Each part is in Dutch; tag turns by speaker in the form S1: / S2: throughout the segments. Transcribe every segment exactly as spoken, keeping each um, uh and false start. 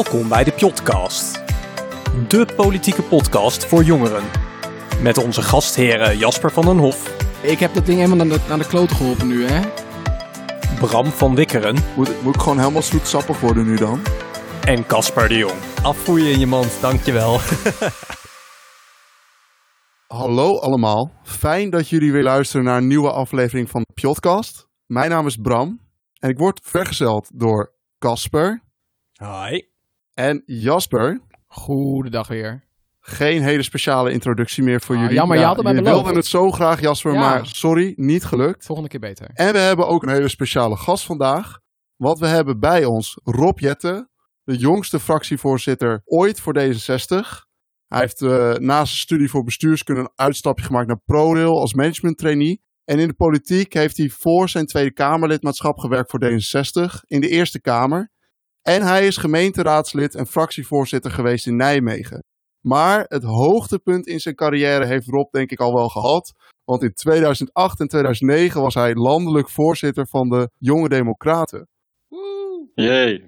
S1: Welkom bij de Pjotcast, de politieke podcast voor jongeren. Met onze gastheren Jasper van den Hof.
S2: Ik heb dat ding helemaal naar de, naar de kloten geholpen nu, hè?
S1: Bram van Wikkeren.
S3: Moet, moet ik gewoon helemaal zoetsappig worden nu dan?
S1: En Casper de Jong.
S4: Afvoeien in je mand, dankjewel.
S3: Hallo allemaal. Fijn dat jullie weer luisteren naar een nieuwe aflevering van de Pjotcast. Mijn naam is Bram en ik word vergezeld door Casper.
S1: Hi.
S3: En Jasper.
S2: Goedendag weer.
S3: Geen hele speciale introductie meer voor
S2: Ah,
S3: jullie.
S2: jammer, je had het mij
S3: jullie
S2: beloofd.
S3: wilden het zo graag, Jasper,
S2: Ja.
S3: maar sorry, niet gelukt.
S2: Volgende keer beter.
S3: En we hebben ook een hele speciale gast vandaag. Want we hebben bij ons Rob Jetten, de jongste fractievoorzitter ooit voor D zesenzestig. Hij heeft uh, na zijn studie voor bestuurskunde een uitstapje gemaakt naar ProRail als management trainee. En in de politiek heeft hij voor zijn Tweede Kamerlidmaatschap gewerkt voor D zesenzestig in de Eerste Kamer. En hij is gemeenteraadslid en fractievoorzitter geweest in Nijmegen. Maar het hoogtepunt in zijn carrière heeft Rob denk ik al wel gehad. Want in tweeduizend acht en tweeduizend negen was hij landelijk voorzitter van de Jonge Democraten.
S5: Jee.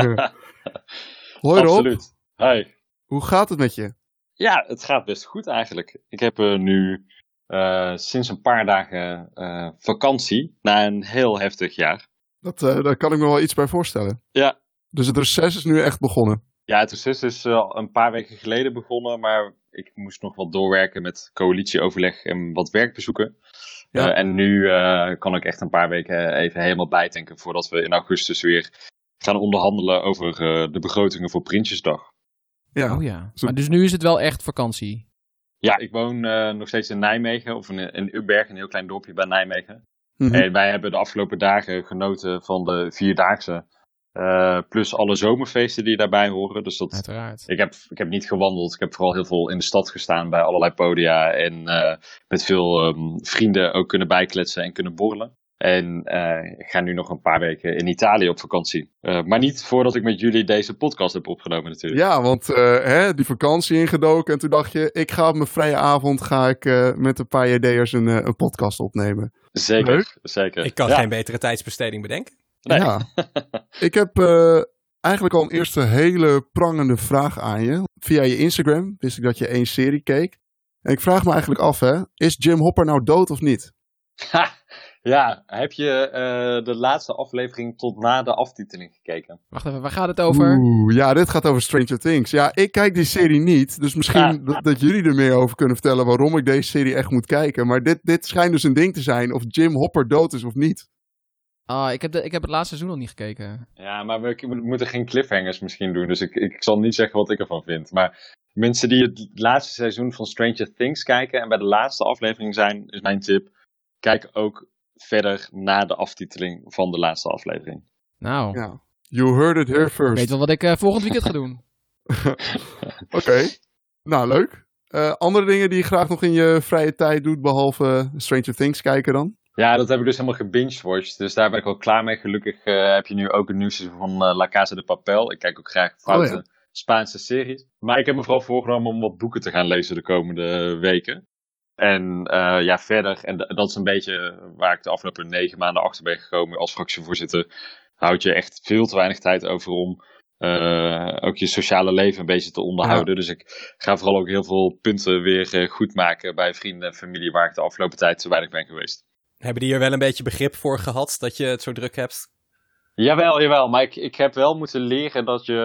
S3: Hoi Rob,
S5: Absoluut. Hi.
S3: hoe gaat het met je?
S5: Ja, het gaat best goed eigenlijk. Ik heb uh, nu uh, sinds een paar dagen uh, vakantie na een heel heftig jaar.
S3: Dat, uh, daar kan ik me wel iets bij voorstellen.
S5: Ja.
S3: Dus het reces is nu echt begonnen.
S5: Ja, het reces is uh, een paar weken geleden begonnen, maar ik moest nog wat doorwerken met coalitieoverleg en wat werkbezoeken.
S3: Ja.
S5: Uh, en nu uh, kan ik echt een paar weken even helemaal bijtanken voordat we in augustus weer gaan onderhandelen over uh, de begrotingen voor Prinsjesdag.
S3: Ja.
S2: Oh ja.
S3: Zo-
S2: Maar dus nu is het wel echt vakantie.
S5: Ja, ik woon uh, nog steeds in Nijmegen, of in, in Ubbergen, een heel klein dorpje bij Nijmegen.
S3: Mhm.
S5: En wij hebben de afgelopen dagen genoten van de Vierdaagse. Uh, plus alle zomerfeesten die daarbij horen. Dus dat,
S2: Uiteraard.
S5: ik, heb, ik heb niet gewandeld. Ik heb vooral heel veel in de stad gestaan bij allerlei podia. En uh, met veel um, vrienden ook kunnen bijkletsen en kunnen borrelen. En uh, ik ga nu nog een paar weken in Italië op vakantie. Uh, maar niet voordat ik met jullie deze podcast heb opgenomen natuurlijk.
S3: Ja, want uh, hè, die vakantie ingedoken en toen dacht je, ik ga op mijn vrije avond ga ik uh, met een paar J D'ers een, uh, een podcast opnemen.
S5: Zeker,
S3: Leuk.
S5: zeker.
S4: Ik kan
S5: Ja.
S4: geen betere tijdsbesteding bedenken.
S5: Nee.
S3: Ja. Ik heb uh, eigenlijk al een eerste hele prangende vraag aan je. Via je Instagram wist ik dat je één serie keek. En ik vraag me eigenlijk af, hè, is Jim Hopper nou dood of niet?
S5: Ha, ja, heb je uh, de laatste aflevering tot na de aftiteling gekeken?
S2: Wacht even, waar gaat het over?
S3: Oeh, ja, dit gaat over Stranger Things. Ja, ik kijk die serie niet. Dus misschien
S5: Ah.
S3: dat, dat jullie er meer over kunnen vertellen waarom ik deze serie echt moet kijken. Maar dit, dit schijnt dus een ding te zijn of Jim Hopper dood is of niet.
S2: Ah, ik heb, de, ik heb het laatste seizoen nog niet gekeken.
S5: Ja, maar we, we moeten geen cliffhangers misschien doen, dus ik, ik zal niet zeggen wat ik ervan vind. Maar mensen die het laatste seizoen van Stranger Things kijken en bij de laatste aflevering zijn, is mijn tip, kijk ook verder na de aftiteling van de laatste aflevering.
S2: Nou,
S3: Ja. You heard it here
S2: ik
S3: first.
S2: weet wel wat ik uh, volgend weekend ga doen.
S3: Oké. Okay. Nou, leuk. Uh, andere dingen die je graag nog in je vrije tijd doet, behalve Stranger Things kijken dan?
S5: Ja, dat heb ik dus helemaal gebingewatcht, dus daar ben ik wel klaar mee. Gelukkig uh, heb je nu ook een nieuw seizoen van uh, La Casa de Papel. Ik kijk ook graag foute
S3: Oh, ja.
S5: Spaanse series. Maar ik heb me vooral voorgenomen om wat boeken te gaan lezen de komende weken. En uh, ja, verder, en d- dat is een beetje waar ik de afgelopen negen maanden achter ben gekomen als fractievoorzitter, houd je echt veel te weinig tijd over om uh, ook je sociale leven een beetje te onderhouden. Ja. Dus ik ga vooral ook heel veel punten weer uh, goed maken bij vrienden en familie waar ik de afgelopen tijd te weinig ben geweest.
S4: Hebben die er wel een beetje begrip voor gehad dat je het zo druk hebt?
S5: Jawel, jawel. Maar ik, ik heb wel moeten leren dat je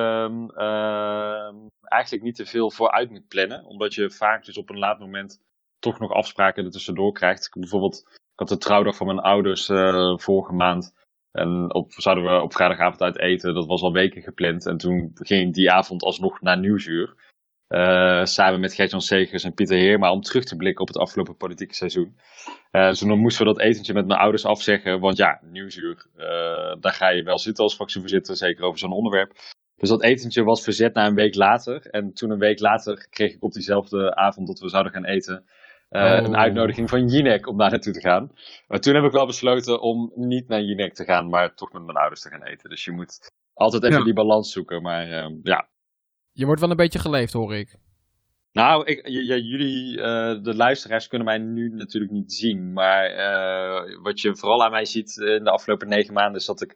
S5: uh, eigenlijk niet te veel vooruit moet plannen. Omdat je vaak dus op een laat moment toch nog afspraken er tussendoor krijgt. Ik, bijvoorbeeld, ik had de trouwdag van mijn ouders uh, vorige maand. En op, zouden we op vrijdagavond uit eten. Dat was al weken gepland. En toen ging ik die avond alsnog naar Nieuwsuur. Uh, samen met Gert-Jan Segers en Pieter Heerma om terug te blikken op het afgelopen politieke seizoen. Uh, dus dan moesten we dat etentje met mijn ouders afzeggen. Want ja, Nieuwsuur, uh, daar ga je wel zitten als fractievoorzitter, zeker over zo'n onderwerp. Dus dat etentje was verzet na een week later. En toen een week later kreeg ik op diezelfde avond dat we zouden gaan eten Uh, oh. Een uitnodiging van Jinek om daar naartoe te gaan. Maar toen heb ik wel besloten om niet naar Jinek te gaan, maar toch met mijn ouders te gaan eten. Dus je moet altijd even ja. die balans zoeken. Maar uh, ja.
S2: Je wordt wel een beetje geleefd, hoor ik.
S5: Nou, ik, ja, jullie, uh, de luisteraars kunnen mij nu natuurlijk niet zien. Maar uh, wat je vooral aan mij ziet in de afgelopen negen maanden is dat ik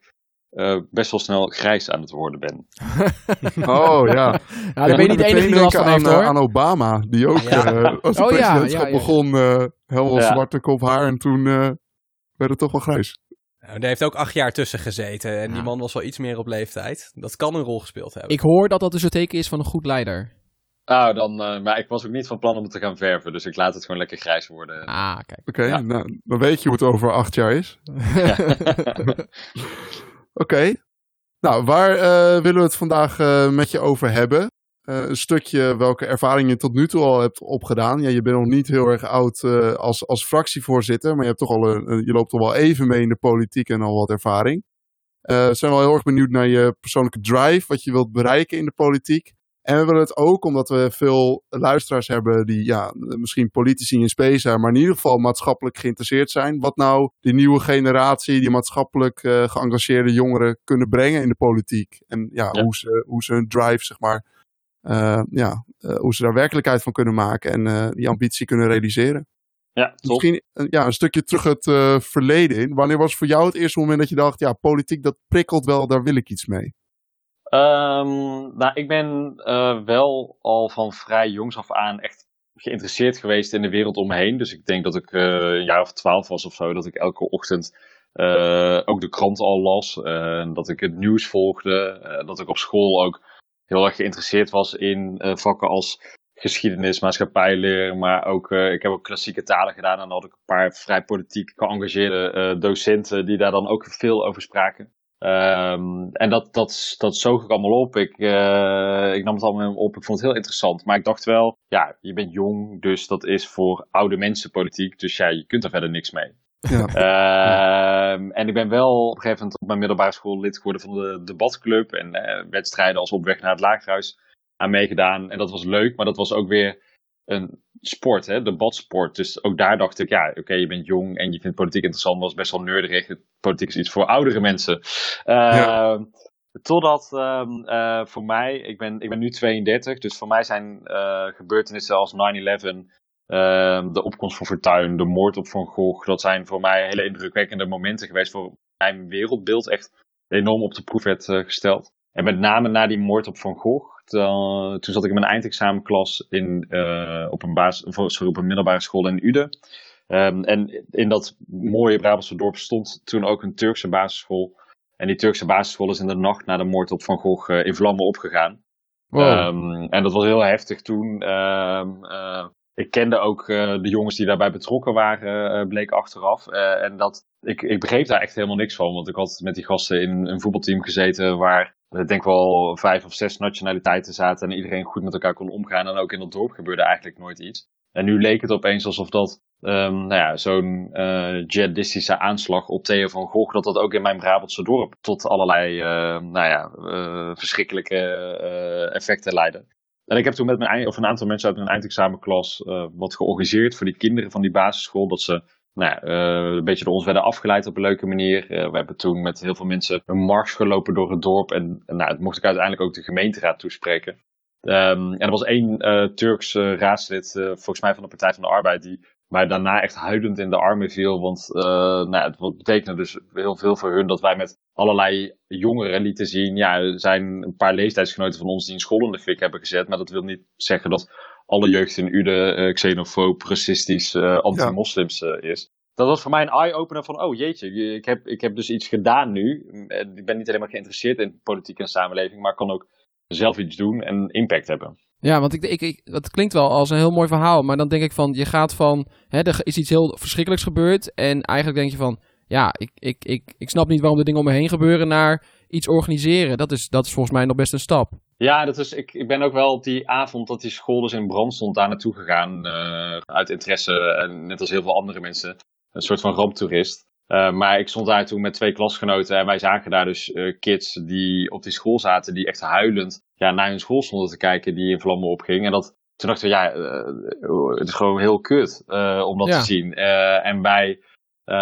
S5: uh, best wel snel grijs aan het worden ben.
S3: Oh ja.
S2: Ja, daar ben je niet de enige die last van heeft,
S3: aan,
S2: hoor.
S3: aan Obama, die ook
S4: Ja.
S3: uh, als de
S2: Oh, ja,
S3: presidentschap
S2: ja, ja.
S3: begon, uh, helemaal
S5: Ja.
S3: zwarte kop haar en toen uh, werd het toch wel grijs.
S4: Nou, daar heeft ook acht jaar tussen gezeten. En die
S2: Ja.
S4: man was wel iets meer op leeftijd. Dat kan een rol gespeeld hebben.
S2: Ik hoor dat dat dus het teken is van een goed leider.
S5: Nou, dan, uh, maar ik was ook niet van plan om het te gaan verven, dus ik laat het gewoon lekker grijs worden.
S2: Ah, kijk.
S3: Oké,
S5: Ja.
S3: nou, dan weet je hoe het over acht jaar is. Oké. Okay. Nou, waar uh, willen we het vandaag uh, met je over hebben? Uh, een stukje welke ervaring je tot nu toe al hebt opgedaan. Ja, je bent nog niet heel erg oud uh, als, als fractievoorzitter, maar je, hebt toch al een, uh, je loopt toch wel even mee in de politiek en al wat ervaring. Uh, we zijn wel heel erg benieuwd naar je persoonlijke drive, wat je wilt bereiken in de politiek. En we willen het ook, omdat we veel luisteraars hebben die ja, misschien politici in spe zijn, maar in ieder geval maatschappelijk geïnteresseerd zijn. Wat nou die nieuwe generatie, die maatschappelijk uh, geëngageerde jongeren kunnen brengen in de politiek. En ja,
S5: Ja.
S3: Hoe, ze, hoe ze hun drive, zeg maar, uh, ja, uh, hoe ze daar werkelijkheid van kunnen maken en uh, die ambitie kunnen realiseren.
S5: Ja, top.
S3: Misschien uh, ja, een stukje terug het uh, verleden in. Wanneer was voor jou het eerste moment dat je dacht, ja, politiek dat prikkelt wel, daar wil ik iets mee?
S5: Um, nou, ik ben uh, wel al van vrij jongs af aan echt geïnteresseerd geweest in de wereld om me heen. Dus ik denk dat ik uh, een jaar of twaalf was of zo, dat ik elke ochtend uh, ook de krant al las. Uh, dat ik het nieuws volgde. Uh, dat ik op school ook heel erg geïnteresseerd was in uh, vakken als geschiedenis, maatschappijleer. Maar ook, uh, ik heb ook klassieke talen gedaan. En dan had ik een paar vrij politiek geëngageerde uh, docenten die daar dan ook veel over spraken. Um, en dat, dat, dat zoog ik allemaal op. Ik, uh, ik nam het allemaal op. Ik vond het heel interessant. Maar ik dacht wel, ja, je bent jong, dus dat is voor oude mensen politiek. Dus ja, je kunt er verder niks mee.
S3: Ja.
S5: Um, en ik ben wel op een gegeven moment op mijn middelbare school lid geworden van de debatclub. En uh, wedstrijden als Op weg naar het Lagerhuis aan meegedaan. En dat was leuk, maar dat was ook weer een sport, hè, debatsport. Dus ook daar dacht ik, ja, oké, okay, je bent jong en je vindt politiek interessant. Dat was best wel nerdig. Politiek is iets voor oudere mensen. Uh, ja. Totdat um, uh, voor mij, ik ben, ik ben nu tweeëndertig, dus voor mij zijn uh, gebeurtenissen als nine eleven, uh, de opkomst van Fortuyn, de moord op Van Gogh, dat zijn voor mij hele indrukwekkende momenten geweest voor mijn wereldbeeld echt enorm op de proef werd uh, gesteld. En met name na die moord op Van Gogh, toen, toen zat ik in mijn eindexamenklas in, uh, op, een basis, sorry, op een middelbare school in Uden. Um, en in dat mooie Brabantse dorp stond toen ook een Turkse basisschool. En die Turkse basisschool is in de nacht na de moord op Van Gogh uh, in vlammen opgegaan. Wow. Um, en dat was heel heftig toen. Um, uh, ik kende ook uh, de jongens die daarbij betrokken waren, uh, bleek achteraf. Uh, en dat, ik, ik begreep daar echt helemaal niks van. Want ik had met die gasten in een voetbalteam gezeten waar ik denk wel vijf of zes nationaliteiten zaten. En iedereen goed met elkaar kon omgaan. En ook in dat dorp gebeurde eigenlijk nooit iets. En nu leek het opeens alsof dat um, nou ja, zo'n uh, jihadistische aanslag op Theo van Gogh, dat dat ook in mijn Brabantse dorp tot allerlei uh, nou ja, uh, verschrikkelijke uh, effecten leidde. En ik heb toen met mijn, of een aantal mensen uit mijn eindexamenklas uh, wat georganiseerd voor die kinderen van die basisschool. Dat ze nou ja, uh, een beetje door ons werden afgeleid op een leuke manier. Uh, we hebben toen met heel veel mensen een mars gelopen door het dorp. En, en nou, het mocht ik uiteindelijk ook de gemeenteraad toespreken. Um, en er was één uh, Turks uh, raadslid, uh, volgens mij van de Partij van de Arbeid, die mij daarna echt huilend in de armen viel. Want uh, nou, het betekende dus heel veel voor hun dat wij met allerlei jongeren lieten zien. Ja, er zijn een paar leeftijdsgenoten van ons die een school in de fik hebben gezet. Maar dat wil niet zeggen dat alle jeugd in Uden uh, xenofoob, racistisch, uh, anti-moslims uh, is. Dat was voor mij een eye-opener van, oh jeetje, ik heb, ik heb dus iets gedaan nu. Ik ben niet alleen maar geïnteresseerd in politiek en samenleving, maar kan ook zelf iets doen en impact hebben.
S2: Ja, want ik, ik, ik, dat klinkt wel als een heel mooi verhaal, maar dan denk ik van, je gaat van, hè, er is iets heel verschrikkelijks gebeurd en eigenlijk denk je van, ja, ik, ik, ik, ik snap niet waarom de dingen om me heen gebeuren, naar iets organiseren. Dat is, dat is volgens mij nog best een stap.
S5: Ja, dat is, ik, ik ben ook wel die avond dat die school dus in brand stond daar naartoe gegaan, uh, uit interesse, en net als heel veel andere mensen, een soort van ramptoerist. Uh, maar ik stond daar toen met twee klasgenoten en wij zagen daar dus uh, kids die op die school zaten, die echt huilend ja, naar hun school stonden te kijken, die in vlammen opging. En dat, toen dachten we, ja, uh, het is gewoon heel kut uh, om dat ja. te zien. Uh, en wij, uh,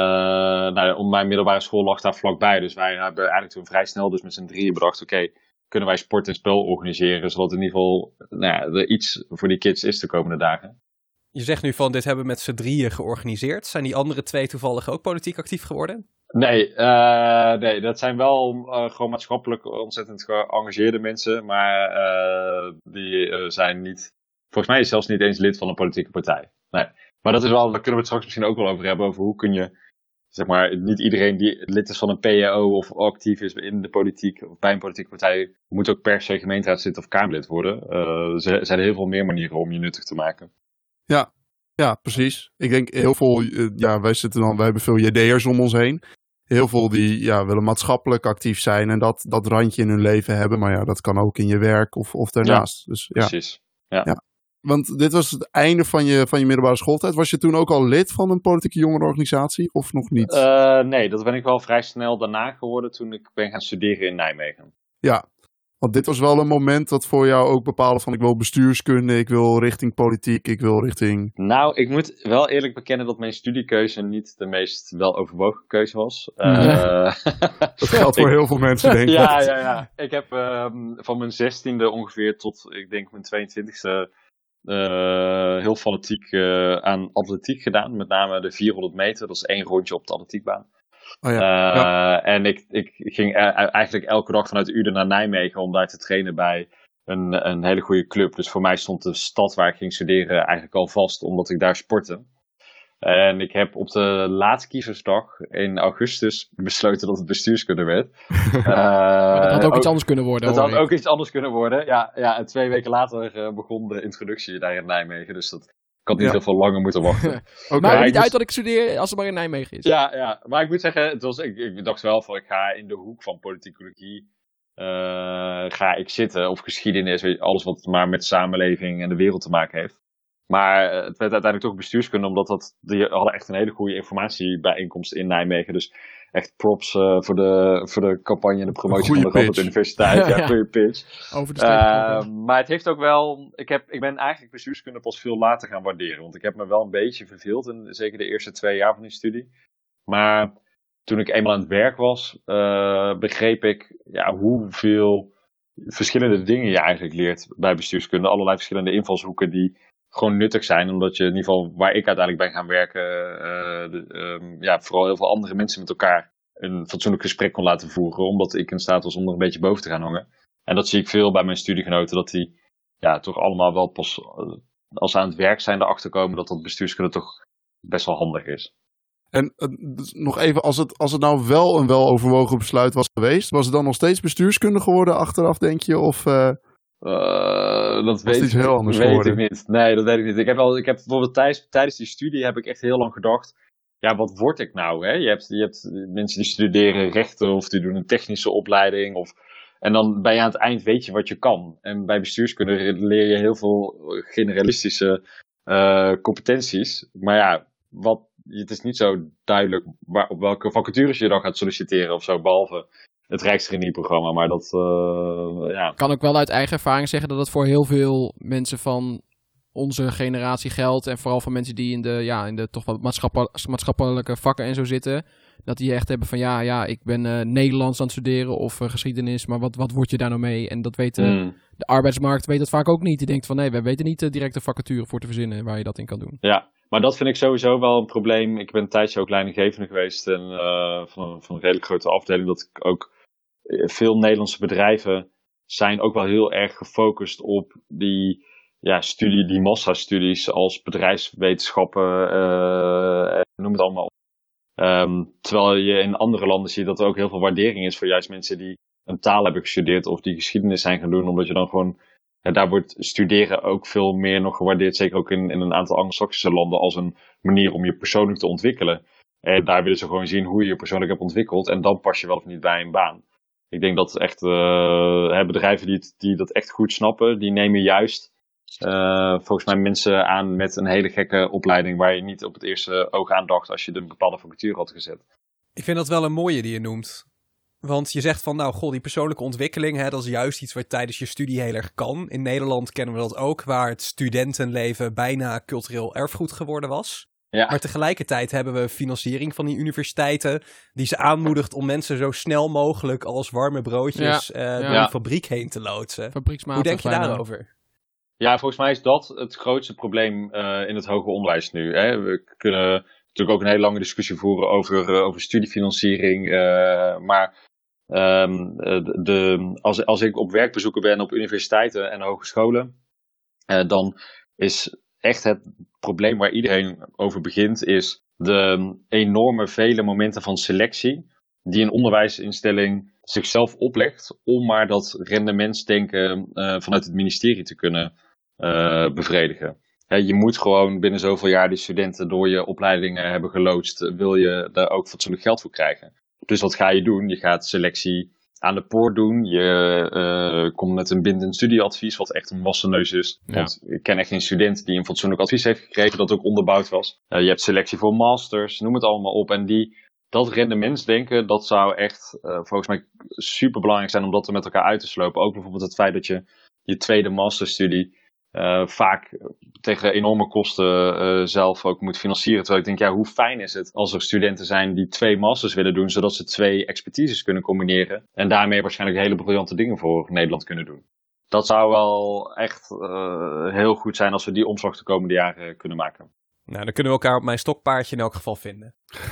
S5: nou, om mijn middelbare school lag daar vlakbij, dus wij hebben eigenlijk toen vrij snel dus met z'n drieën bedacht, oké, okay, kunnen wij sport en spel organiseren, zodat in ieder geval nou ja, er iets voor die kids is de komende dagen.
S4: Je zegt nu van, dit hebben we met z'n drieën georganiseerd. Zijn die andere twee toevallig ook politiek actief geworden?
S5: Nee, uh, nee, dat zijn wel uh, gewoon maatschappelijk ontzettend geëngageerde mensen, maar uh, die uh, zijn niet, volgens mij is zelfs niet eens lid van een politieke partij. Nee, maar dat is wel, daar kunnen we het straks misschien ook wel over hebben, over hoe kun je, zeg maar, niet iedereen die lid is van een P A O of actief is in de politiek of bij een politieke partij, moet ook per se gemeenteraadslid of kamerlid worden. Uh, er zijn heel veel meer manieren om je nuttig te maken.
S3: Ja, ja, precies. Ik denk heel veel, uh, ja, wij zitten dan, wij hebben veel J D'ers om ons heen. Heel veel die ja, willen maatschappelijk actief zijn en dat, dat randje in hun leven hebben. Maar ja, dat kan ook in je werk of, of daarnaast. Ja, dus, ja.
S5: Precies. Ja.
S3: Ja. Want dit was het einde van je, van je middelbare schooltijd. Was je toen ook al lid van een politieke jongerenorganisatie of nog niet?
S5: Uh, nee, dat ben ik wel vrij snel daarna geworden toen ik ben gaan studeren in Nijmegen.
S3: Ja, want dit was wel een moment dat voor jou ook bepaalde van ik wil bestuurskunde, ik wil richting politiek, ik wil richting...
S5: Nou, ik moet wel eerlijk bekennen dat mijn studiekeuze niet de meest weloverwogen keuze was.
S3: Ja. Uh, dat geldt voor ik, heel veel mensen, denk ik.
S5: Ja, ja, ja. Ik heb um, van mijn zestiende ongeveer tot, ik denk, mijn tweeëntwintigste uh, heel fanatiek uh, aan atletiek gedaan. Met name de vierhonderd meter, dat is één rondje op de atletiekbaan.
S3: Oh ja.
S5: Uh,
S3: ja.
S5: En ik, ik ging eigenlijk elke dag vanuit Uden naar Nijmegen om daar te trainen bij een, een hele goede club. Dus voor mij stond de stad waar ik ging studeren eigenlijk al vast, omdat ik daar sportte. En ik heb op de laatste kiezersdag in augustus besloten dat het bestuurskunde werd. uh,
S2: dat had ook, ook iets anders kunnen worden.
S5: Dat
S2: hoor
S5: had
S2: ik.
S5: ook iets anders kunnen worden. Ja, ja, en twee weken later uh, begon de introductie daar in Nijmegen. Dus dat... Ik had niet
S3: ja.
S5: heel veel langer moeten wachten.
S2: Okay. Maakt niet uit dat ik studeer als het maar in Nijmegen is.
S5: Ja, ja. Maar ik moet zeggen, het was, ik, ik dacht wel van ik ga in de hoek van politicologie uh, ga ik zitten. Of geschiedenis, weet je, alles wat maar met samenleving en de wereld te maken heeft. Maar het werd uiteindelijk toch bestuurskunde, omdat dat, die hadden echt een hele goede informatiebijeenkomst in Nijmegen. Dus echt props uh, voor, de, voor de campagne en de promotie van de Radboud Universiteit. Ja, goede pitch.
S2: Over de streep.
S5: Uh, maar het heeft ook wel, ik, heb, ik ben eigenlijk bestuurskunde pas veel later gaan waarderen. Want ik heb me wel een beetje verveeld, in, zeker de eerste twee jaar van die studie. Maar toen ik eenmaal aan het werk was, uh, begreep ik ja, hoeveel verschillende dingen je eigenlijk leert bij bestuurskunde. Allerlei verschillende invalshoeken die gewoon nuttig zijn, omdat je in ieder geval waar ik uiteindelijk ben gaan werken, uh, de, um, ja, vooral heel veel andere mensen met elkaar een fatsoenlijk gesprek kon laten voeren, omdat ik in staat was om er een beetje boven te gaan hangen. En dat zie ik veel bij mijn studiegenoten, dat die ja, toch allemaal wel pas uh, als ze aan het werk zijn erachter komen dat dat bestuurskunde toch best wel handig is.
S3: En uh, dus nog even, als het, als het nou wel een weloverwogen besluit was geweest, was het dan nog steeds bestuurskunde geworden achteraf, denk je? Of... Uh...
S5: Uh, dat weet,
S3: iets heel anders
S5: weet
S3: geworden?
S5: ik niet. Nee, dat weet ik niet. Ik heb, al, ik heb bijvoorbeeld tijdens, tijdens die studie heb ik echt heel lang gedacht, ja, wat word ik nou? Hè? Je, hebt, je hebt mensen die studeren rechten of die doen een technische opleiding. Of, en dan ben je aan het eind weet je wat je kan. En bij bestuurskunde leer je heel veel generalistische uh, competenties. Maar ja, wat, het is niet zo duidelijk waar, op welke vacatures je dan gaat solliciteren of zo, behalve het Rijksgenie-programma, maar dat, uh, ja.
S2: Ik kan ook wel uit eigen ervaring zeggen dat het voor heel veel mensen van onze generatie geldt. En vooral van mensen die in de, ja, in de toch wel maatschappelijke, maatschappelijke vakken en zo zitten. Dat die echt hebben van, ja, ja ik ben uh, Nederlands aan het studeren of uh, geschiedenis. Maar wat, wat word je daar nou mee? En dat weten, mm. de arbeidsmarkt weet dat vaak ook niet. Die denkt van, nee, wij weten niet uh, direct een vacature voor te verzinnen waar je dat in kan doen.
S5: Ja. Maar dat vind ik sowieso wel een probleem. Ik ben een tijdje ook leidinggevende geweest en, uh, van, een, van een redelijk grote afdeling. Dat ik ook veel Nederlandse bedrijven zijn ook wel heel erg gefocust op die, ja, studie, die massastudies als bedrijfswetenschappen, uh, noem het allemaal op. Um, terwijl je in andere landen ziet dat er ook heel veel waardering is voor juist mensen die een taal hebben gestudeerd of die geschiedenis zijn gaan doen, omdat je dan gewoon... Ja, daar wordt studeren ook veel meer nog gewaardeerd, zeker ook in, in een aantal Anglo-Saxische landen, als een manier om je persoonlijk te ontwikkelen. En daar willen ze gewoon zien hoe je je persoonlijk hebt ontwikkeld en dan pas je wel of niet bij een baan. Ik denk dat echt uh, bedrijven die, die dat echt goed snappen, die nemen juist uh, volgens mij mensen aan met een hele gekke opleiding waar je niet op het eerste oog aan dacht als je de bepaalde vacature had gezet.
S1: Ik vind dat wel een mooie die je noemt. Want je zegt van, nou, goh, die persoonlijke ontwikkeling, hè, dat is juist iets wat tijdens je studie heel erg kan. In Nederland kennen we dat ook, waar het studentenleven bijna cultureel erfgoed geworden was. Ja. Maar tegelijkertijd hebben we financiering van die universiteiten die ze aanmoedigt om mensen zo snel mogelijk als warme broodjes ja. uh, door ja. de fabriek heen te loodsen. Hoe denk je daarover?
S5: Ja, volgens mij is dat het grootste probleem uh, in het hoger onderwijs nu. Hè? We kunnen natuurlijk ook een hele lange discussie voeren over, uh, over studiefinanciering. Uh, maar um, de, de, als, als ik op werkbezoeken ben op universiteiten en hogescholen, uh, dan is echt het probleem waar iedereen over begint, is de enorme vele momenten van selectie die een onderwijsinstelling zichzelf oplegt om maar dat rendementsdenken uh, vanuit het ministerie te kunnen uh, bevredigen. He, je moet gewoon binnen zoveel jaar die studenten door je opleidingen hebben geloodst, wil je daar ook fatsoenlijk geld voor krijgen. Dus wat ga je doen? Je gaat selectie aan de poort doen. Je uh, komt met een bindend studieadvies, wat echt een wasseneus is. Ja. Want ik ken echt geen student die een fatsoenlijk advies heeft gekregen dat ook onderbouwd was. Uh, je hebt selectie voor masters, noem het allemaal op. En die, dat rendementsdenken, dat zou echt uh, volgens mij super belangrijk zijn om dat er met elkaar uit te slopen. Ook bijvoorbeeld het feit dat je je tweede masterstudie Uh, vaak tegen enorme kosten uh, zelf ook moet financieren. Terwijl ik denk, ja, hoe fijn is het als er studenten zijn die twee masters willen doen, zodat ze twee expertises kunnen combineren en daarmee waarschijnlijk hele briljante dingen voor Nederland kunnen doen. Dat zou wel echt uh, heel goed zijn als we die omslag de komende jaren kunnen maken.
S1: Nou, dan kunnen we elkaar op mijn stokpaardje in elk geval vinden.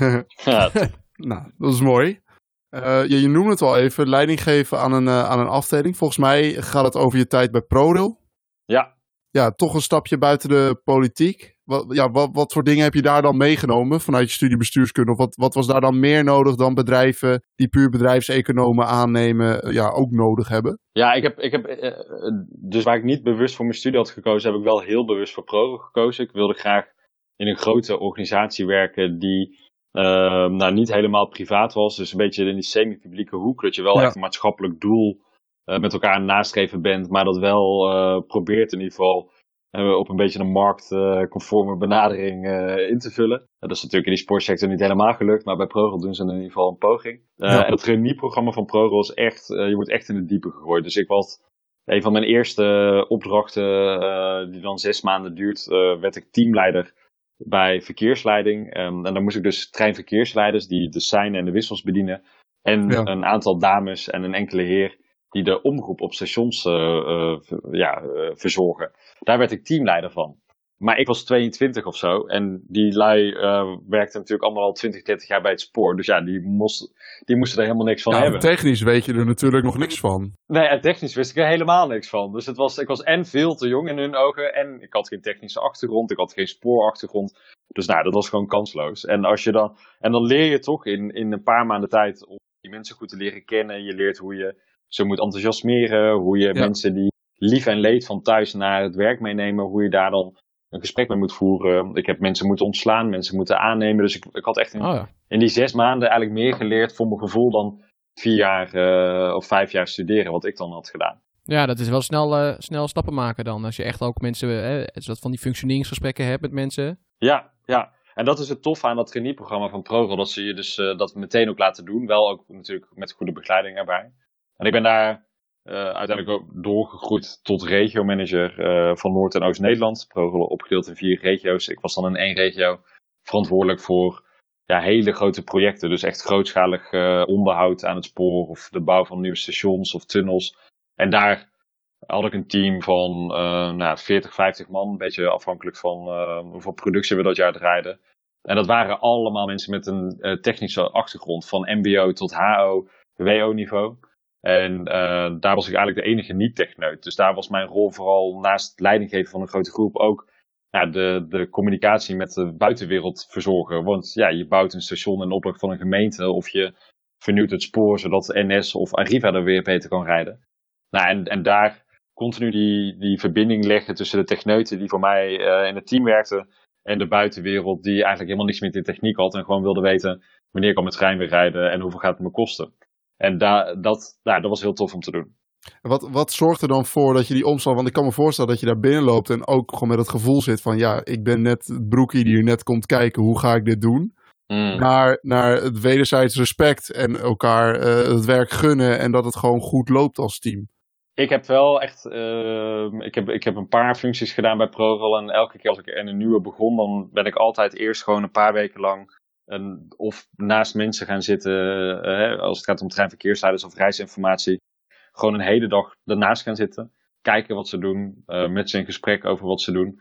S5: Ja,
S3: Nou, dat is mooi. Uh, je, je noemde het al even, leiding geven aan een, uh, aan een afdeling. Volgens mij gaat het over je tijd bij ProRail.
S5: ja.
S3: Ja, toch een stapje buiten de politiek. Wat, ja, wat, wat voor dingen heb je daar dan meegenomen vanuit je studie bestuurskunde? Of wat, wat was daar dan meer nodig dan bedrijven die puur bedrijfseconomen aannemen, ja, ook nodig hebben?
S5: Ja, ik heb, ik heb, uh, dus waar ik niet bewust voor mijn studie had gekozen, heb ik wel heel bewust voor ProRail gekozen. Ik wilde graag in een grote organisatie werken die uh, nou, niet helemaal privaat was. Dus een beetje in die semi-publieke hoek, dat je wel
S3: Ja.
S5: echt een maatschappelijk doel Uh, met elkaar aan het nastreven bent, maar dat wel uh, probeert in ieder geval uh, op een beetje een marktconforme benadering uh, in te vullen. Uh, dat is natuurlijk in die sportsector niet helemaal gelukt, maar bij ProRail doen ze in ieder geval een poging. Uh,
S3: Ja.
S5: En het trainee-programma van ProRail is echt, uh, je wordt echt in het diepe gegooid. Dus ik was, een van mijn eerste opdrachten, uh, die dan zes maanden duurt, uh, werd ik teamleider bij verkeersleiding. Um, en dan moest ik dus treinverkeersleiders die de seinen en de wissels bedienen. En
S3: Ja.
S5: een aantal dames en een enkele heer die de omroep op stations uh, uh, ja, uh, verzorgen. Daar werd ik teamleider van. Maar ik was tweeëntwintig of zo. En die lui uh, werkten natuurlijk allemaal al twintig, dertig jaar bij het spoor. Dus ja, die, moest, die moesten er helemaal niks van
S3: Ja,
S5: hebben.
S3: technisch weet je er natuurlijk nog niks van.
S5: Nee, en technisch wist ik er helemaal niks van. Dus het was, ik was en veel te jong in hun ogen. En ik had geen technische achtergrond. Ik had geen spoorachtergrond. Dus nou, dat was gewoon kansloos. En, als je dan, en dan leer je toch in, in een paar maanden tijd om die mensen goed te leren kennen. Je leert hoe je ze moet enthousiasmeren, hoe je
S3: Ja.
S5: mensen die lief en leed van thuis naar het werk meenemen, hoe je daar dan een gesprek mee moet voeren. Ik heb mensen moeten ontslaan, mensen moeten aannemen. Dus ik, ik had echt in,
S2: Oh ja.
S5: in die zes maanden eigenlijk meer geleerd voor mijn gevoel dan vier jaar uh, of vijf jaar studeren, wat ik dan had gedaan.
S2: Ja, dat is wel snel, uh, snel stappen maken dan. Als je echt ook mensen, uh, wat van die functioneringsgesprekken hebt met mensen.
S5: Ja, ja. En dat is het tof aan dat trainee-programma van ProRail, dat ze je dus uh, dat meteen ook laten doen. Wel ook natuurlijk met goede begeleiding erbij. En ik ben daar uh, uiteindelijk ook doorgegroeid tot regiomanager uh, van Noord- en Oost-Nederland. ProRail opgedeeld in vier regio's. Ik was dan in één regio verantwoordelijk voor ja, hele grote projecten. Dus echt grootschalig uh, onderhoud aan het spoor of de bouw van nieuwe stations of tunnels. En daar had ik een team van uh, nou, veertig, vijftig man. Een beetje afhankelijk van uh, hoeveel productie we dat jaar draaiden. En dat waren allemaal mensen met een uh, technische achtergrond. Van mbo tot ho, W O-niveau. En uh, daar was ik eigenlijk de enige niet-techneut. Dus daar was mijn rol vooral naast het leidinggeven van een grote groep ook ja, de, de communicatie met de buitenwereld verzorgen. Want ja, je bouwt een station in opdracht van een gemeente of je vernieuwt het spoor zodat N S of Arriva er weer beter kan rijden. Nou, en, en daar continu die, die verbinding leggen tussen de techneuten die voor mij uh, in het team werkten en de buitenwereld die eigenlijk helemaal niks met de techniek had en gewoon wilde weten wanneer kan mijn trein weer rijden en hoeveel gaat het me kosten. En da, dat, nou, dat was heel tof om te doen.
S3: Wat, wat zorgt er dan voor dat je die omslag... Want ik kan me voorstellen dat je daar binnenloopt en ook gewoon met het gevoel zit van... Ja, ik ben net het broekie die hier net komt kijken. Hoe ga ik dit doen?
S5: Mm.
S3: Naar, naar het wederzijds respect en elkaar uh, het werk gunnen en dat het gewoon goed loopt als team.
S5: Ik heb wel echt... Uh, ik, heb, ik heb een paar functies gedaan bij ProRail en elke keer als ik in een nieuwe begon, dan ben ik altijd eerst gewoon een paar weken lang een, of naast mensen gaan zitten, uh, als het gaat om treinverkeersleiders of reisinformatie. Gewoon een hele dag ernaast gaan zitten. Kijken wat ze doen. Uh, met ze in gesprek over wat ze doen.